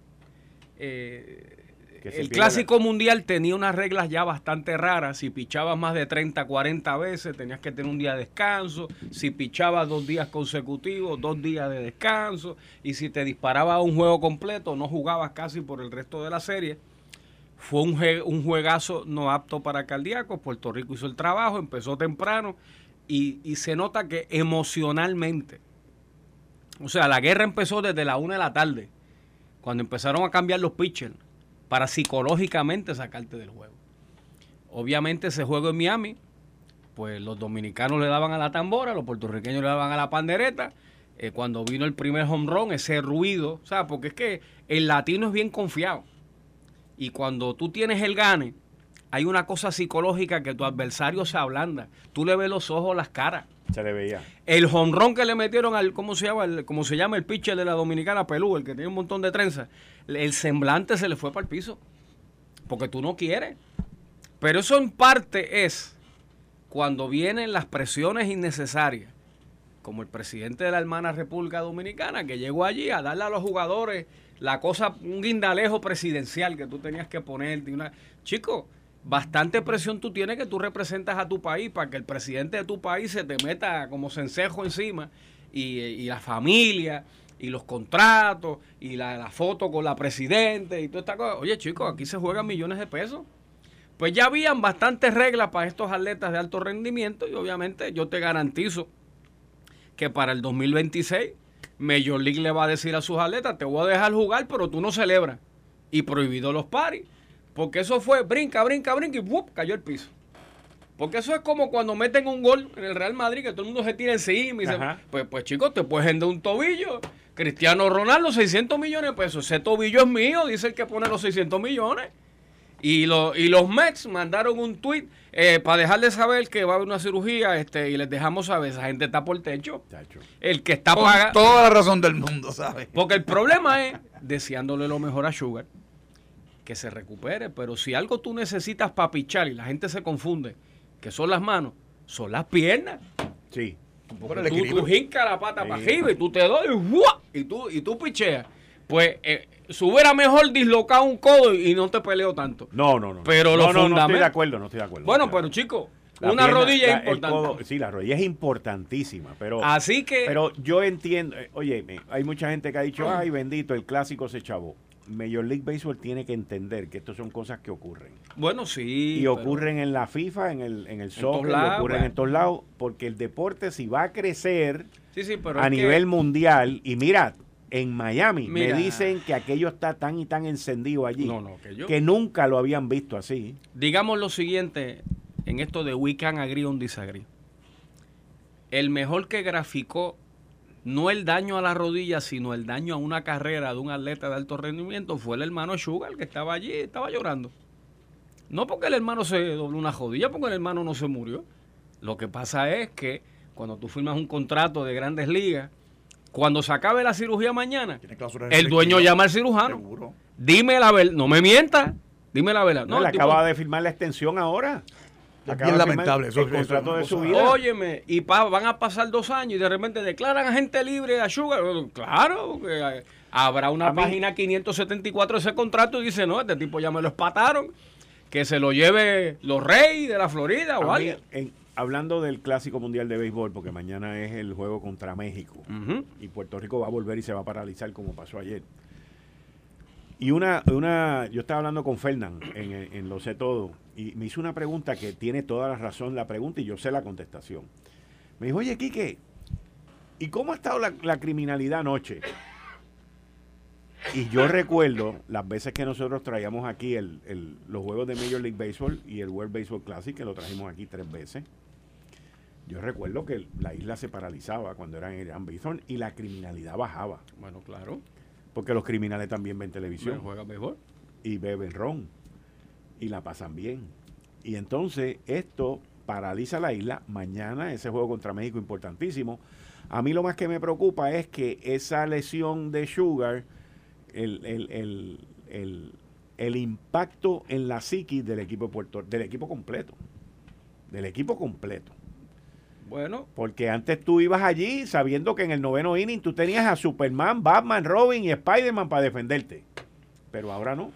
Eh, el Clásico la... Mundial tenía unas reglas ya bastante raras. Si pichabas más de treinta, cuarenta veces, tenías que tener un día de descanso. Si pichabas dos días consecutivos, dos días de descanso. Y si te disparaba un juego completo, no jugabas casi por el resto de la serie. Fue un, jue- un juegazo no apto para cardíacos. Puerto Rico hizo el trabajo, empezó temprano. Y, y se nota que emocionalmente, o sea, la guerra empezó desde la una de la tarde, cuando empezaron a cambiar los pitchers para psicológicamente sacarte del juego. Obviamente ese juego en Miami, pues los dominicanos le daban a la tambora, los puertorriqueños le daban a la pandereta. Eh, cuando vino el primer home run, ese ruido, o sea, porque es que el latino es bien confiado. Y cuando tú tienes el gane, hay una cosa psicológica que tu adversario se ablanda. Tú le ves los ojos, las caras. Se le veía. El home run que le metieron al, ¿cómo se llama? El, ¿cómo se llama el pitcher de la Dominicana, Pelú, el que tiene un montón de trenzas? El semblante se le fue para el piso. Porque tú no quieres. Pero eso en parte es cuando vienen las presiones innecesarias como el presidente de la hermana República Dominicana, que llegó allí a darle a los jugadores la cosa, un guindalejo presidencial que tú tenías que poner. Una... Chico, bastante presión tú tienes que tú representas a tu país para que el presidente de tu país se te meta como cencejo encima y, y la familia y los contratos y la, la foto con la presidenta y toda esta cosa. Oye, chicos, aquí se juegan millones de pesos. Pues ya habían bastantes reglas para estos atletas de alto rendimiento y obviamente yo te garantizo que para el dos mil veintiséis Major League le va a decir a sus atletas, te voy a dejar jugar, pero tú no celebras. Y prohibido los paris. Porque eso fue brinca, brinca, brinca y ¡bup! Cayó el piso. Porque eso es como cuando meten un gol en el Real Madrid, que todo el mundo se tira encima. Y se, pues, pues chicos, te puedes vender un tobillo. Cristiano Ronaldo, seiscientos millones de pesos. Ese tobillo es mío, dice el que pone los seiscientos millones. Y, lo, y los Mets mandaron un tweet eh, para dejarles saber que va a haber una cirugía este, y les dejamos saber, esa gente está por el techo. Chacho. El que está pagando. Toda la razón del mundo, ¿sabes? Porque el problema es, deseándole lo mejor a Sugar, que se recupere, pero si algo tú necesitas para pichar y la gente se confunde, que son las manos, son las piernas. Sí. Porque tú, tú hincas la pata sí. para arriba y tú te doy y, y tú, y tú picheas. Pues eh, se hubiera mejor dislocado un codo y no te peleo tanto. No, no, no. Pero no, lo no, fundamental. no estoy de acuerdo, no estoy de acuerdo. Bueno, no pero chicos, una pierna, rodilla la, es importante. Codo, sí, la rodilla es importantísima, pero así que pero yo entiendo, eh, oye, hay mucha gente que ha dicho, ay, bendito, el clásico se chavó. Major League Baseball tiene que entender que esto son cosas que ocurren. Bueno, sí. Y ocurren en la FIFA, en el, en el soccer, lados, ocurren bueno. en todos lados, porque el deporte si va a crecer sí, sí, pero a nivel que... mundial, y mira, en Miami mira, me dicen que aquello está tan y tan encendido allí, no, no, que, yo... que nunca lo habían visto así. Digamos lo siguiente, en esto de we can agree on disagree. El mejor que graficó no el daño a la rodilla, sino el daño a una carrera de un atleta de alto rendimiento fue el hermano Sugar, que estaba allí, estaba llorando. No porque el hermano se dobló una rodilla, porque el hermano no se murió. Lo que pasa es que cuando tú firmas un contrato de Grandes Ligas, cuando se acabe la cirugía mañana, el dueño llama al cirujano. Seguro. Dime la verdad, no me mientas, dime la verdad. No, no le tipo, acaba de firmar la extensión ahora. Es bien lamentable eso, el contrato de su vida. Óyeme, y pa, van a pasar dos años y de repente declaran a gente libre a Sugar. Claro, que habrá una a página mí, quinientos setenta y cuatro de ese contrato y dice, no, este tipo ya me lo espataron, que se lo lleve los Reyes de la Florida o alguien. Hablando del Clásico Mundial de Béisbol, porque mañana es el juego contra México, uh-huh. y Puerto Rico va a volver y se va a paralizar como pasó ayer. Y una, una yo estaba hablando con Fernán en, en, en Lo Sé Todo, y me hizo una pregunta que tiene toda la razón la pregunta, y yo sé la contestación. Me dijo, oye, Quique, ¿y cómo ha estado la, la criminalidad anoche? Y yo recuerdo las veces que nosotros traíamos aquí el, el, los juegos de Major League Baseball y el World Baseball Classic, que lo trajimos aquí tres veces. Yo recuerdo que la isla se paralizaba cuando era en Gran Bison y la criminalidad bajaba. Bueno, claro. Porque los criminales también ven televisión. Me juegan mejor. Y beben ron. Y la pasan bien. Y entonces esto paraliza la isla. Mañana ese juego contra México importantísimo. A mí lo más que me preocupa es que esa lesión de Sugar, el, el, el, el, el impacto en la psiquis del equipo de Puerto, del equipo completo. Del equipo completo. Bueno. Porque antes tú ibas allí sabiendo que en el noveno inning tú tenías a Superman, Batman, Robin y Spider-Man para defenderte. Pero ahora no.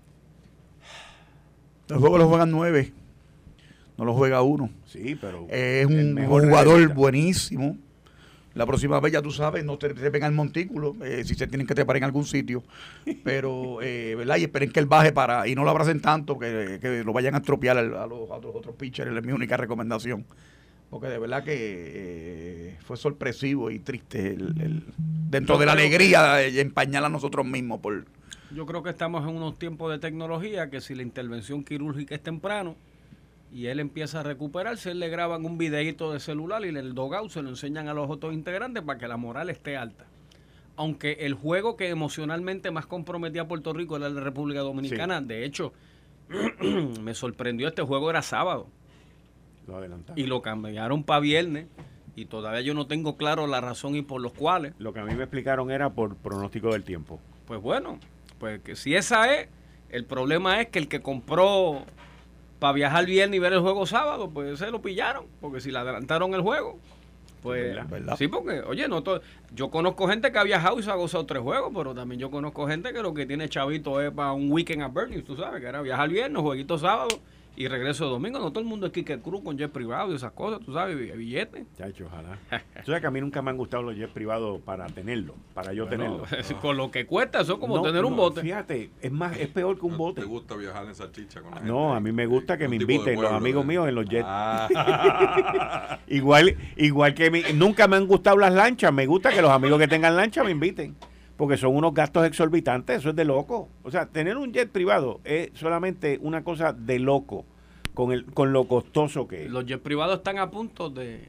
Los juegos los juegan nueve. No los juega uno. Sí, pero... Es un jugador realista. Buenísimo. La próxima vez ya tú sabes, no te trepen al montículo, eh, si se tienen que trepar en algún sitio. Pero, eh, ¿verdad? Y esperen que él baje para... Y no lo abracen tanto que, que lo vayan a estropear a, a, los, a los otros pitchers. Es mi única recomendación. Porque de verdad que eh, fue sorpresivo y triste el, el, dentro de la alegría de empañar a nosotros mismos. Por... Yo creo que estamos en unos tiempos de tecnología que si la intervención quirúrgica es temprano y él empieza a recuperarse, él le graban un videíto de celular y en el dogout se lo enseñan a los otros integrantes para que la moral esté alta. Aunque el juego que emocionalmente más comprometía a Puerto Rico era el de la República Dominicana. Sí. De hecho, me sorprendió, este juego era sábado. Lo adelantaron. Y lo cambiaron para viernes y todavía yo no tengo claro la razón y por los cuales. Lo que a mí me explicaron era por pronóstico del tiempo. Pues bueno, pues que si esa es, el problema es que el que compró para viajar viernes y ver el juego sábado, pues se lo pillaron, porque si le adelantaron el juego, Pues, ¿verdad? Sí, porque, oye, no todo, yo conozco gente que ha viajado y se ha gozado tres juegos, pero también yo conozco gente que lo que tiene chavito es para un weekend a Bernie, tú sabes, que era viajar viernes, jueguito sábado y regreso domingo. No todo el mundo es Quique Cruz con jet privado y esas cosas, tú sabes, billetes. Chacho, ojalá. Tú sabes que a mí nunca me han gustado los jets privados para tenerlo, para yo bueno, tenerlo. No. Con lo que cuesta, eso es como no, tener un no, bote. Fíjate, es más, es peor que un ¿No bote. ¿Te gusta viajar en salchicha con la gente? No, a mí me gusta que me inviten los amigos ¿eh? míos en los jets. Ah. igual, igual que mi, nunca me han gustado las lanchas, me gusta que los amigos que tengan lancha me inviten. Porque son unos gastos exorbitantes, eso es de loco. O sea, tener un jet privado es solamente una cosa de loco. Con, el, con lo costoso que es. Los jets privados están a punto de...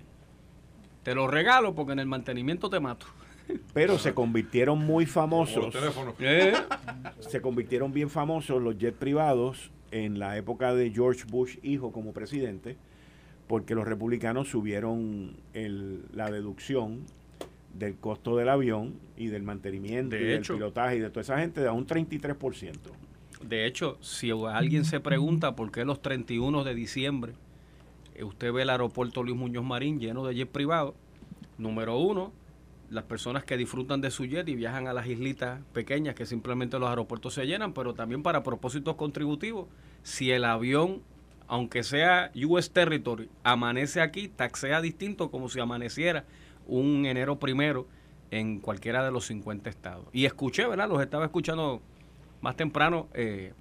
Te los regalo porque en el mantenimiento te mato. Pero se convirtieron muy famosos. Los teléfonos. ¿Eh? Se convirtieron bien famosos los jets privados en la época de George Bush, hijo, como presidente, porque los republicanos subieron el, la deducción del costo del avión y del mantenimiento de y hecho, del pilotaje y de toda esa gente a un treinta y tres por ciento. De hecho, si alguien se pregunta por qué los treinta y uno de diciembre usted ve el aeropuerto Luis Muñoz Marín lleno de jet privados, número uno, las personas que disfrutan de su jet y viajan a las islitas pequeñas que simplemente los aeropuertos se llenan, pero también para propósitos contributivos, si el avión, aunque sea U S Territory, amanece aquí, taxea distinto como si amaneciera un enero primero en cualquiera de los cincuenta estados. Y escuché, ¿verdad? Los estaba escuchando más temprano, eh,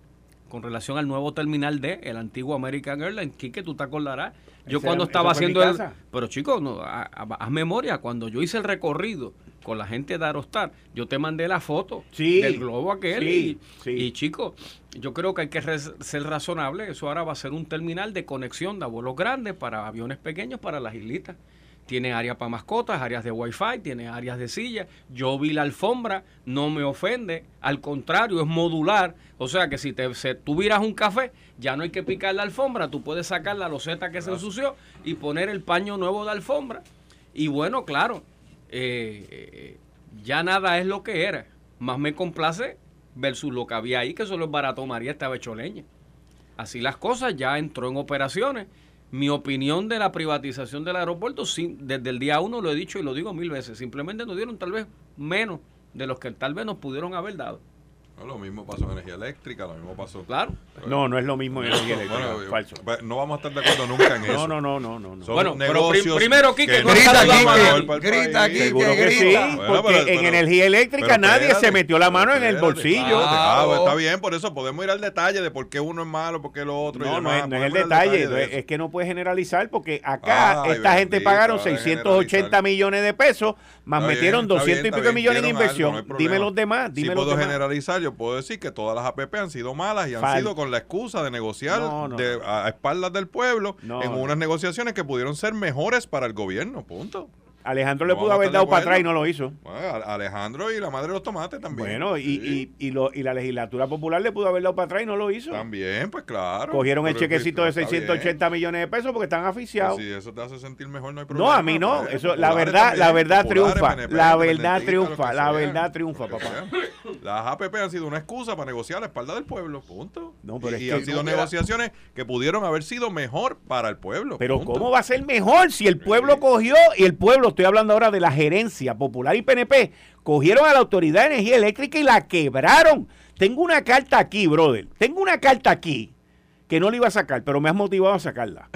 con relación al nuevo terminal D, el antiguo American Airlines. Quique, tú te acordarás. Yo cuando estaba haciendo el... Pero chicos, no, haz memoria, cuando yo hice el recorrido con la gente de Aerostar, yo te mandé la foto sí, del globo aquel. Sí, y, sí. y chicos, yo creo que hay que res, ser razonable. Eso ahora va a ser un terminal de conexión de vuelos grandes para aviones pequeños para las islitas. Tiene áreas para mascotas, áreas de wifi, tiene áreas de sillas. Yo vi la alfombra, no me ofende. Al contrario, es modular. O sea que si te, se, tú viras un café, ya no hay que picar la alfombra. Tú puedes sacar la loseta que se ensució y poner el paño nuevo de alfombra. Y bueno, claro, eh, eh, ya nada es lo que era. Más me complace versus lo que había ahí, que solo es barato María, estaba hecho leña. Así las cosas, ya entró en operaciones. Mi opinión de la privatización del aeropuerto, sí, desde el día uno lo he dicho y lo digo mil veces, simplemente nos dieron tal vez menos de los que tal vez nos pudieron haber dado. No, lo mismo pasó en energía eléctrica, lo mismo pasó. Claro. No, no es lo mismo en energía eléctrica. Bueno, falso. No vamos a estar de acuerdo nunca en eso. No, no, no, no, no. Son bueno, pero negocios prim primero, Quique, no grita, Quique, grita, Quique, seguro que sí, Bueno, porque pero, en pero, energía eléctrica pero nadie espérate, se metió la mano en el espérate, bolsillo. Ah, pues está bien, por eso podemos ir al detalle de por qué uno es malo, por qué lo otro. No, y no, demás. es, no es el Podemos ir al detalle, de es, es que no puedes generalizar porque acá Ay, esta gente bendito, pagaron va a seiscientos ochenta generalizar. millones de pesos, más Está metieron bien, está doscientos bien, y pico está bien, millones en dieron inversión. algo, no hay Dime problema. los demás, dime si los puedo demás. generalizar, yo puedo decir que todas las A P P han sido malas y han Fal sido con la excusa de negociar No, no, de, a, a espaldas del pueblo no, en no. unas negociaciones que pudieron ser mejores para el gobierno, punto. Alejandro No le pudo vamos a haber estar de dado para acuerdo. atrás y no lo hizo. Bueno, a- Alejandro y la madre de los tomates también. Bueno, y, Sí. y, y, lo, y la legislatura popular le pudo haber dado para atrás y no lo hizo. También, pues claro. Cogieron el Pero, chequecito de está seiscientos ochenta bien. millones de pesos porque están aficiados. Pues si eso te hace sentir mejor, no hay No, problema. a mí no. pues, Eso, la populares verdad, también, la verdad populares, triunfa. P N P, La verdad independentistas, triunfa. lo que La sea, verdad triunfa, lo que papá. sea. Las A P P han sido una excusa para negociar a la espalda del pueblo, punto. No, pero y es y que han sido no, mira. negociaciones que pudieron haber sido mejor para el pueblo. Pero punto. ¿cómo va a ser mejor si el pueblo Sí. cogió y el pueblo, estoy hablando ahora de la gerencia popular y P N P, cogieron a la Autoridad de Energía Eléctrica y la quebraron? Tengo una carta aquí, brother. Tengo una carta aquí que no la iba a sacar, pero me has motivado a sacarla.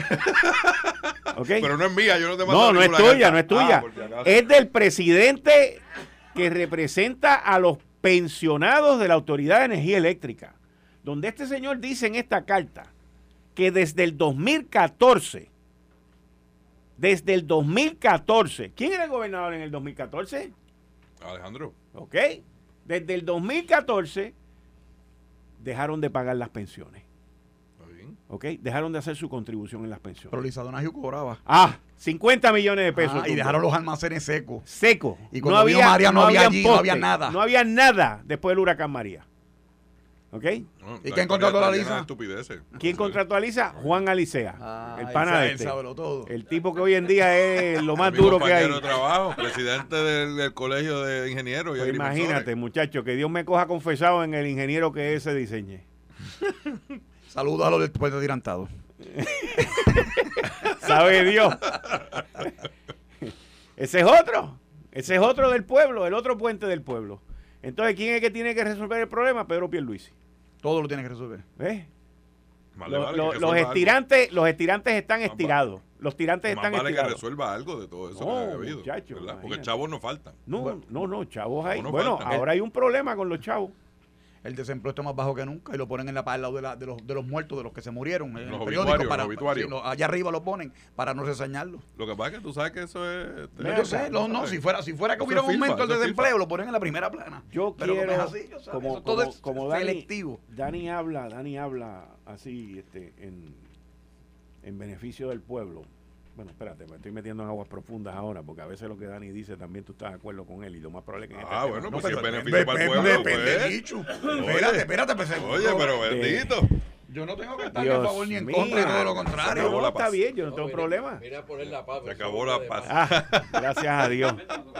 ¿Okay? Pero no es mía, yo no te mando No, no es ninguna tuya, carta. no es tuya. Ah, por si acaso. Es del presidente que representa a los pensionados de la Autoridad de Energía Eléctrica, donde este señor dice en esta carta que desde el dos mil catorce, desde el dos mil catorce, ¿quién era el gobernador en el dos mil catorce? Alejandro. ¿Ok? Desde el dos mil catorce dejaron de pagar las pensiones. Está bien. ¿Ok? Dejaron de hacer su contribución en las pensiones. Pero Luis Donagio cobraba. Ah, cincuenta millones de pesos. Ah, y dejaron los almacenes secos. Seco. Y cuando vino María no había habían allí, no postes, había nada. No había nada después del huracán María. ¿Ok? No, ¿Y la quién historia contrató a la está llena Lisa? de estupideces. ¿Quién O sea, contrató a Lisa? Juan Alicea. Ah, el pana él de sabe- este. él sabe todo. El tipo que hoy en día es lo más mi duro que hay. compañero de trabajo, presidente del, del colegio de ingenieros y Pues agrimensores. imagínate, muchacho, que Dios me coja confesado en el ingeniero que ese diseñe. Saludos a los del puente atirantado. ¿Sabe Dios? Ese es otro. Ese es otro del pueblo, el otro puente del pueblo. Entonces, ¿quién es que tiene que resolver el problema? Pedro Pierluisi. Todo lo tiene que resolver. ¿Ves? Vale, Lo- vale, lo- que los resuelva estirantes, los estirantes están Más estirados. Los tirantes Más están vale que estirados. resuelva algo de todo eso No, que ha habido, muchacho, ¿verdad? Porque imagínate. chavos no faltan. No, no, no, chavos hay. No, no bueno, faltan. ahora hay un problema con los chavos. El desempleo está más bajo que nunca y lo ponen en la, al lado de, la, de, los, de los muertos, de los que se murieron en Los el periódico. obituarios, Para, los obituarios. sí, lo- allá arriba lo ponen para no reseñarlo. Lo que pasa es que tú sabes que eso es... Pero yo sé, no, no, si fuera, si fuera que Eso hubiera es un FIFA, aumento del eso es desempleo, FIFA. lo ponen en la primera plana. Yo Pero quiero, como es así, yo sé, como, eso todo como, es como Dani, selectivo. Dani habla, Dani habla así, este, en, en beneficio del pueblo. Bueno, espérate, me estoy metiendo en aguas profundas ahora, porque a veces lo que Dani dice también tú estás de acuerdo con él y lo más probable es que en este Ah, tema- bueno, No, pues si pero es beneficio para el pueblo, depende, pues. Lichu. Espérate, espérate, pues, Oye, pero bendito. yo no tengo que estar Dios a favor ni en mío. contra, y todo lo Se contrario. acabó No, la está paz. bien, yo no tengo problema. Mira a poner la paz. Se acabó la paz. Ah, gracias a Dios.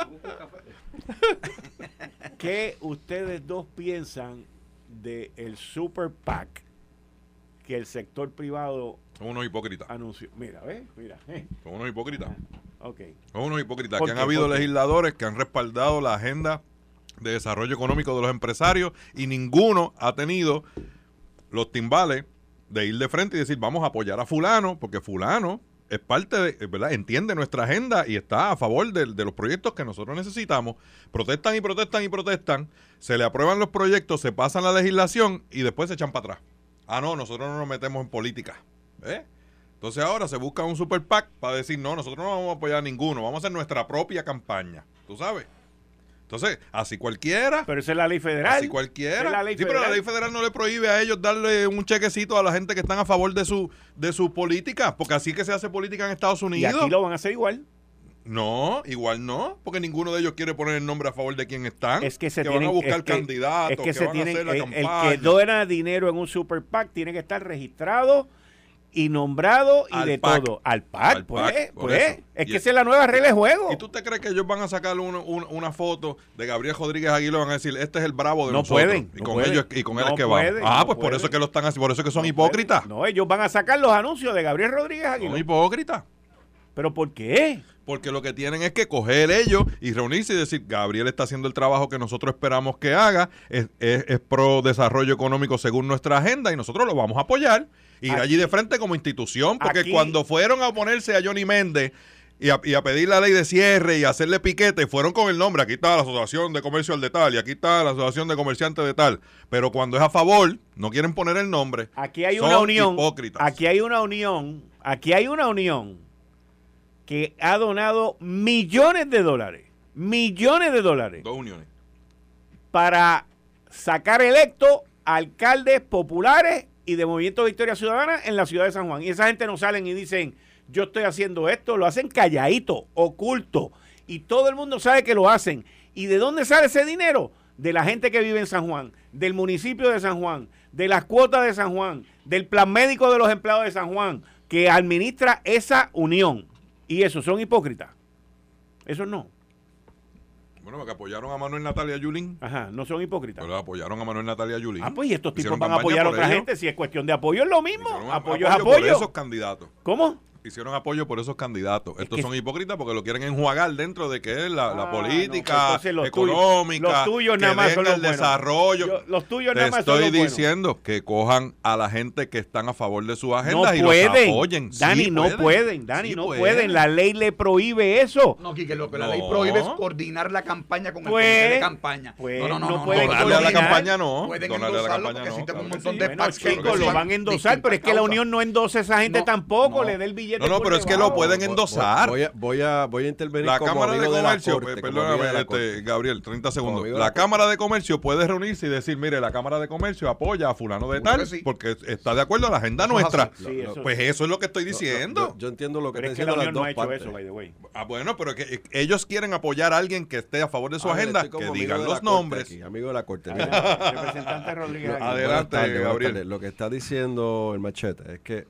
¿Qué ustedes dos piensan del Super PAC que el sector privado Son unos hipócritas. anunció? Mira, ¿ves? Mira. eh, Son unos hipócritas. Ok. Son unos hipócritas. ¿Por Que han qué? habido ¿Por qué? legisladores que han respaldado la agenda de desarrollo económico de los empresarios y ninguno ha tenido los timbales de ir de frente y decir vamos a apoyar a fulano porque fulano es parte de, ¿verdad? Entiende nuestra agenda y está a favor de, de los proyectos que nosotros necesitamos. Protestan y protestan y protestan, se le aprueban los proyectos, se pasan la legislación y después se echan para atrás. Ah, no, nosotros no nos metemos en política. ¿Eh? Entonces ahora se busca un super PAC para decir, no, nosotros no vamos a apoyar a ninguno, vamos a hacer nuestra propia campaña. ¿Tú sabes? Entonces, así cualquiera... Pero esa es la ley federal. Así cualquiera. Es la ley sí, pero la federal. ley federal no le prohíbe a ellos darle un chequecito a la gente que están a favor de su de su política, porque así que se hace política en Estados Y Unidos. aquí lo van a hacer igual. No, igual no, porque ninguno de ellos quiere poner el nombre a favor de quien están. Es que se que tienen, van a buscar es que, candidatos, es que, que, se van tienen, a hacer la el, campaña. el que dona dinero en un super PAC tiene que estar registrado y nombrado y Al de PAC. todo. Al PAC, Al pues, PAC, por pues. eso. Es Y que es- esa es la nueva regla de juego. ¿Y tú te crees que ellos van a sacar uno- un- una foto de Gabriel Rodríguez Aguiló y van a decir, este es el bravo de No nosotros? pueden, y no con pueden. ellos y con él No es que pueden, va. Ah, no pues por pueden. eso es que lo están así, por eso es que son No hipócritas. pueden. No, ellos van a sacar los anuncios de Gabriel Rodríguez Son Aguiló. hipócritas. ¿Pero por qué? Porque lo que tienen es que coger ellos y reunirse y decir, Gabriel está haciendo el trabajo que nosotros esperamos que haga, es, es- es pro desarrollo económico según nuestra agenda y nosotros lo vamos a apoyar. Ir Aquí- allí de frente como institución, porque aquí- cuando fueron a oponerse a Johnny Méndez y a, y a pedir la ley de cierre y a hacerle piquete, fueron con el nombre, aquí está la Asociación de Comercio al de tal y aquí está la Asociación de Comerciantes de tal, pero cuando es a favor, no quieren poner el nombre. Aquí hay Son una unión. hipócritas. Aquí hay una unión. Aquí hay una unión que ha donado millones de dólares. Millones de dólares. Dos uniones. Para sacar electos alcaldes populares y de Movimiento Victoria Ciudadana en la ciudad de San Juan. Y esa gente no salen y dicen, yo estoy haciendo esto, lo hacen calladito, oculto. Y todo el mundo sabe que lo hacen. ¿Y de dónde sale ese dinero? De la gente que vive en San Juan, del municipio de San Juan, de las cuotas de San Juan, del plan médico de los empleados de San Juan, que administra esa unión. Y esos son hipócritas. Esos no. Bueno, porque apoyaron a Manuel Natalia Yulín. Ajá, no son hipócritas. Pero apoyaron a Manuel Natalia Yulín. Ah, pues y estos tipos Hicieron van a campaña apoyar a por otra ellos. gente. Si es cuestión de apoyo, es lo mismo. Hicieron Apoyo es por apoyo. esos candidatos. ¿Cómo? Hicieron apoyo por esos candidatos. Es Estos que- son hipócritas porque lo quieren enjuagar dentro de que es la, la Ah, política no, pues entonces los tuyos- económica, los tuyos que nada más son venga los el buenos. desarrollo. Yo- los tuyos Te nada más son estoy los buenos. diciendo que cojan a la gente que están a favor de su No agenda y los pueden. apoyen. Dani, Sí no pueden. Dani, Sí no pueden. La ley le prohíbe eso. No, Quique, lo que la No. ley prohíbe es coordinar la campaña con el Pues, comité de campaña. pues, no, no, no, no no, pueden no, Donarle a la coordinar. campaña no. Pueden Donarle a la endosarlo campaña porque no. existen un claro que montón sí. de Bueno, packs que chicos, lo lo que van a son endosar, pero es que la distintas unión no endosa a esa gente No, tampoco. no. Le dé el billete. No, no, por pero es que lo debajo. pueden Voy- endosar. Voy a, voy a, voy a intervenir La como Cámara de amigo la Comercio, Corte, pe- como perdóname, amigo de la este, Corte. Gabriel, treinta segundos. amigo de La la Cámara de Comercio puede reunirse y decir, mire, la Cámara de Comercio apoya a fulano de Seguro tal, que sí. porque está de acuerdo a la agenda Eso es nuestra. así. Sí, eso- Pues eso es lo que estoy diciendo. Yo, yo entiendo lo que Pero es están que la diciendo unión las no ha dos hecho partes. eso, by the way. Ah, bueno, pero que eh, ellos quieren apoyar a alguien que esté a favor de su A ver, agenda, estoy como que amigo digan de la los Corte nombres. aquí, amigo de la Corte. Adelante, representante Rodríguez. Lo- aquí. Adelante, buenas tardes, buenas Gabriel. tardes. Lo que está diciendo el machete es que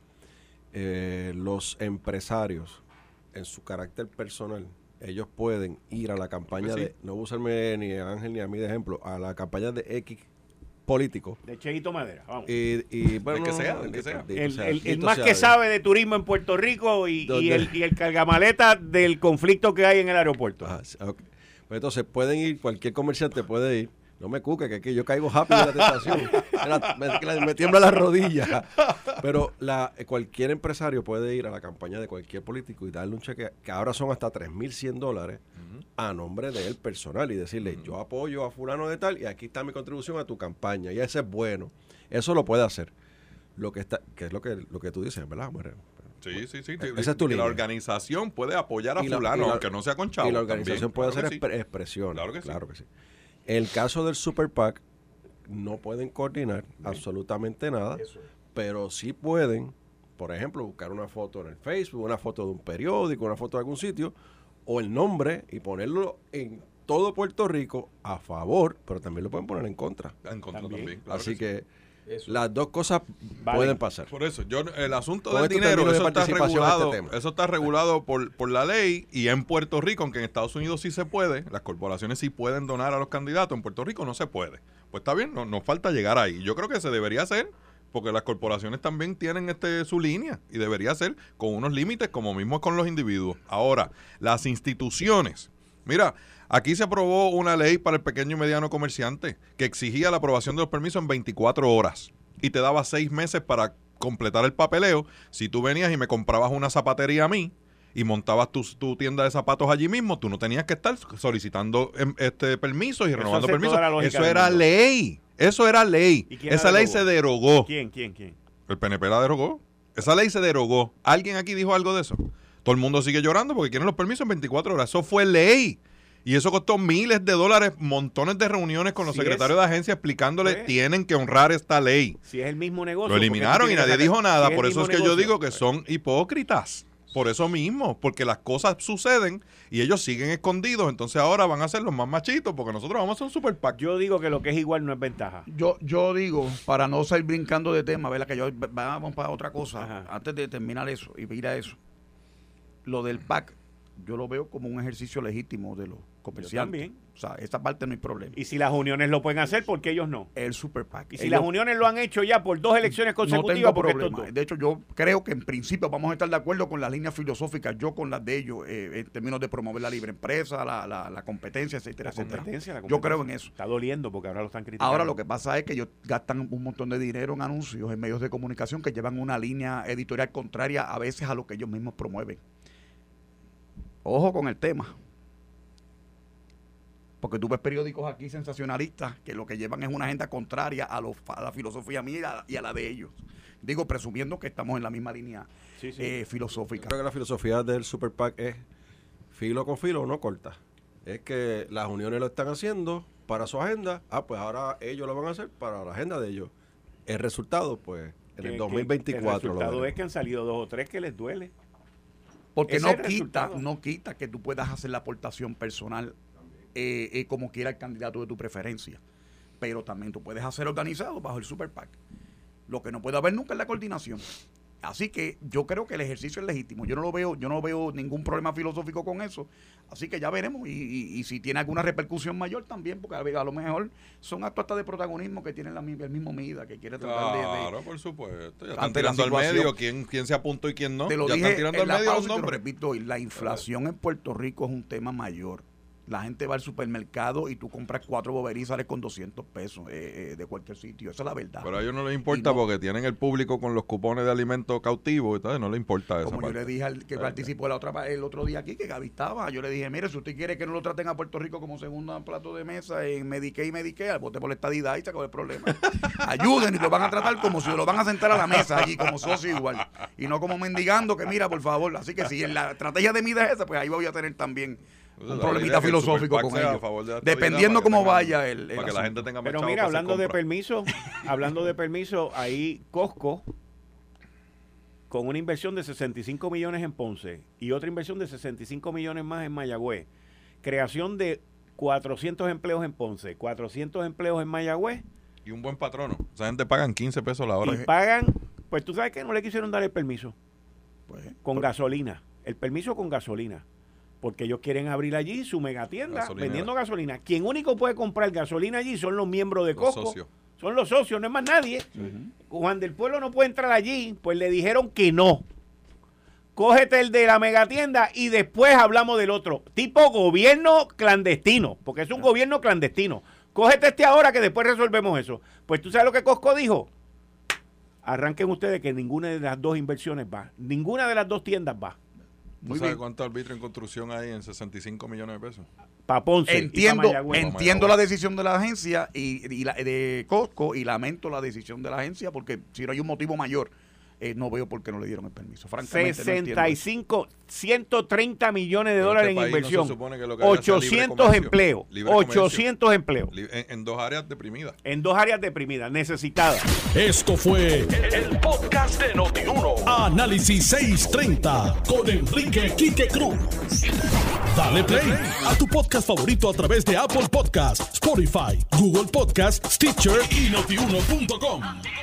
eh, los empresarios, en su carácter personal, ellos pueden ir a la campaña Pues sí. de, no voy a usarme ni a Ángel ni a mí de ejemplo, a la campaña de X político. De Cheito Madera, vamos. Y, y, bueno, el que no, sea, no, el que sea. El, el, sea, el, el Dito más sea que de- sabe de turismo en Puerto Rico y, y, Donde- el, y el cargamaleta del conflicto que hay en el aeropuerto. Ajá, sí, ok. Pues entonces pueden ir, cualquier comerciante puede ir. No me cuque, que aquí yo caigo rápido en la tentación. Era- me, me tiembla la rodilla. Pero la, cualquier empresario puede ir a la campaña de cualquier político y darle un cheque, que ahora son hasta tres mil cien dólares, uh-huh, a nombre de él personal y decirle, uh-huh, yo apoyo a fulano de tal y aquí está mi contribución a tu campaña. Y ese es bueno. Eso lo puede hacer. Lo que está, que es lo que, lo que tú dices, ¿verdad? Bueno, Sí, sí, sí. esa es tu que línea. la organización puede apoyar a Y la- fulano, y la- aunque no sea con chavo. Y la organización también. puede Claro hacer que sí. expre- expresiones. Claro que sí. Claro que sí. El caso del Super PAC, no pueden coordinar absolutamente nada, pero sí pueden, por ejemplo, buscar una foto en el Facebook, una foto de un periódico, una foto de algún sitio, o el nombre y ponerlo en todo Puerto Rico a favor, pero también lo pueden poner en contra. En contra También. también. claro Así que sí. que Eso. las dos cosas Vale. pueden pasar. Por eso, yo el asunto Con del esto dinero, termino de eso está participación en regulado, este tema. eso está regulado por, por la ley y en Puerto Rico, aunque en Estados Unidos sí se puede, las corporaciones sí pueden donar a los candidatos, en Puerto Rico no se puede. Pues está bien, no, nos falta llegar ahí. Yo creo que se debería hacer, porque las corporaciones también tienen este su línea y debería ser con unos límites como mismo con los individuos. Ahora, las instituciones. Mira, aquí se aprobó una ley para el pequeño y mediano comerciante que exigía la aprobación de los permisos en veinticuatro horas y te daba seis meses para completar el papeleo. Si tú venías y me comprabas una zapatería a mí y montabas tu, tu tienda de zapatos allí mismo, tú no tenías que estar solicitando em, este permisos y Eso renovando hace permisos. toda la lógica Eso del era mundo. ley. Eso era ley. ¿Y quién Esa la ley derogó? se derogó. ¿Quién, quién, quién? El P N P la derogó. Esa ley se derogó. ¿Alguien aquí dijo algo de eso? Todo el mundo sigue llorando porque quieren los permisos en veinticuatro horas. Eso fue ley. Y eso costó miles de dólares, montones de reuniones con los Si secretarios es- de agencia explicándole, pues, tienen que honrar esta ley. Si es el mismo negocio. Lo ¿por qué tú eliminaron y tienes nadie que dijo sacar- nada. si Por el eso es mismo que yo negocio? digo que son hipócritas. Por eso mismo, porque las cosas suceden y ellos siguen escondidos. Entonces ahora van a ser los más machitos porque nosotros vamos a hacer un super pack. Yo digo que lo que es igual no es ventaja. Yo, yo digo, para no salir brincando de tema, ¿verdad? Que yo vamos para otra cosa, Ajá. antes de terminar eso y ir a eso. Lo del PAC, yo lo veo como un ejercicio legítimo de los comerciantes. también. O sea, esa parte no hay problema. Y si las uniones lo pueden hacer, ¿por qué ellos no? El Super PAC. Y si ellos- las uniones lo han hecho ya por dos elecciones no consecutivas, tengo ¿por qué estos problema. dos? De hecho, yo creo que en principio vamos a estar de acuerdo con las líneas filosóficas, yo con las de ellos, eh, en términos de promover la libre empresa, la, la, la competencia, etcétera, La etcétera. competencia, la Yo competencia. creo en eso. Está doliendo porque ahora lo están criticando. Ahora lo que pasa es que ellos gastan un montón de dinero en anuncios en medios de comunicación que llevan una línea editorial contraria a veces a lo que ellos mismos promueven. Ojo con el tema. Porque tú ves periódicos aquí sensacionalistas que lo que llevan es una agenda contraria a, lo, a la filosofía mía y a, y a la de ellos. Digo, presumiendo que estamos en la misma línea Sí, sí. eh, filosófica. Creo que la filosofía del Super PAC es filo con filo, no corta. Es que las uniones lo están haciendo para su agenda. Ah, pues ahora ellos lo van a hacer para la agenda de ellos. El resultado, pues, en Que- el que- dos mil veinticuatro. El resultado lo veremos. es que han salido dos o tres que les duele. Porque Ese no es el quita, resultado. no quita que tú puedas hacer la aportación personal eh, eh, como quiera el candidato de tu preferencia. Pero también tú puedes hacer organizado bajo el Super PAC. Lo que no puede haber nunca es la coordinación. Así que yo creo que el ejercicio es legítimo. Yo no lo veo, yo no veo ningún problema filosófico con eso. Así que ya veremos. Y, y, y si tiene alguna repercusión mayor también, porque a, a lo mejor son actos hasta de protagonismo que tienen la, mi- el mismo MIDA, que quiere tratar de- de, Claro, por supuesto. Ya están ante la tirando al situación. medio quién, quién se apuntó y quién no. Te lo ya dije están tirando en al la medio pausa los y te lo nombres. repito, y la inflación en Puerto Rico es un tema mayor. La gente va al supermercado y tú compras cuatro boberías y sales con doscientos pesos eh, eh, de cualquier sitio. Esa es la verdad. Pero a ellos no les importa Y no- porque tienen el público con los cupones de alimentos cautivos, entonces no les importa eso. Como yo le dije al que participó la otra, el otro día aquí, que Gaby estaba, yo le dije, mire, si usted quiere que no lo traten a Puerto Rico como segundo plato de mesa en Medicaid y Medicare, vote por la estadidad y se acabó el problema. Ayuden y lo van a tratar como si lo van a sentar a la mesa allí, como socio igual. Y no como mendigando, que mira, por favor. Así que si en la estrategia de MIDA es esa, pues ahí voy a tener también un problemita filosófico con ellos. Dependiendo cómo vaya el, el Para que la asunto. gente tenga más Pero chavo mira, para hacer hablando de compras. permiso, hablando de permiso, ahí Costco, con una inversión de sesenta y cinco millones en Ponce y otra inversión de sesenta y cinco millones más en Mayagüez, creación de cuatrocientos empleos en Ponce, cuatrocientos empleos en Mayagüez, Y un buen patrono. Esa gente pagan quince pesos la hora. y pagan, pues tú sabes que no le quisieron dar el permiso, Pues, con pues, gasolina, el permiso con gasolina, porque ellos quieren abrir allí su megatienda Gasolinera. vendiendo gasolina. Quien único puede comprar gasolina allí son los miembros de Los Costco, socios. son los socios, no es más nadie. Uh-huh. Juan del Pueblo no puede entrar allí, pues le dijeron que no. Cógete el de la megatienda y después hablamos del otro. Tipo gobierno clandestino, porque es un gobierno clandestino. Cógete este ahora que después resolvemos eso. Pues tú sabes lo que Costco dijo. Arranquen ustedes que ninguna de las dos inversiones va. Ninguna de las dos tiendas va. ¿Tú sabes cuánto arbitrio en construcción hay en sesenta y cinco millones de pesos? Pa Ponce entiendo y pa entiendo la decisión de la agencia y, y la, de Costco y lamento la decisión de la agencia porque si no hay un motivo mayor, eh, no veo por qué no le dieron el permiso. Francamente, sesenta y cinco, no ciento treinta millones de Pero dólares este en inversión. No que que ochocientos empleos. ochocientos empleos. En, en dos áreas deprimidas. En dos áreas deprimidas, necesitadas. Esto fue el, el podcast de Notiuno. Análisis seiscientos treinta con Enrique Quique Cruz. Dale play a tu podcast favorito a través de Apple Podcasts, Spotify, Google Podcasts, Stitcher y notiuno punto com.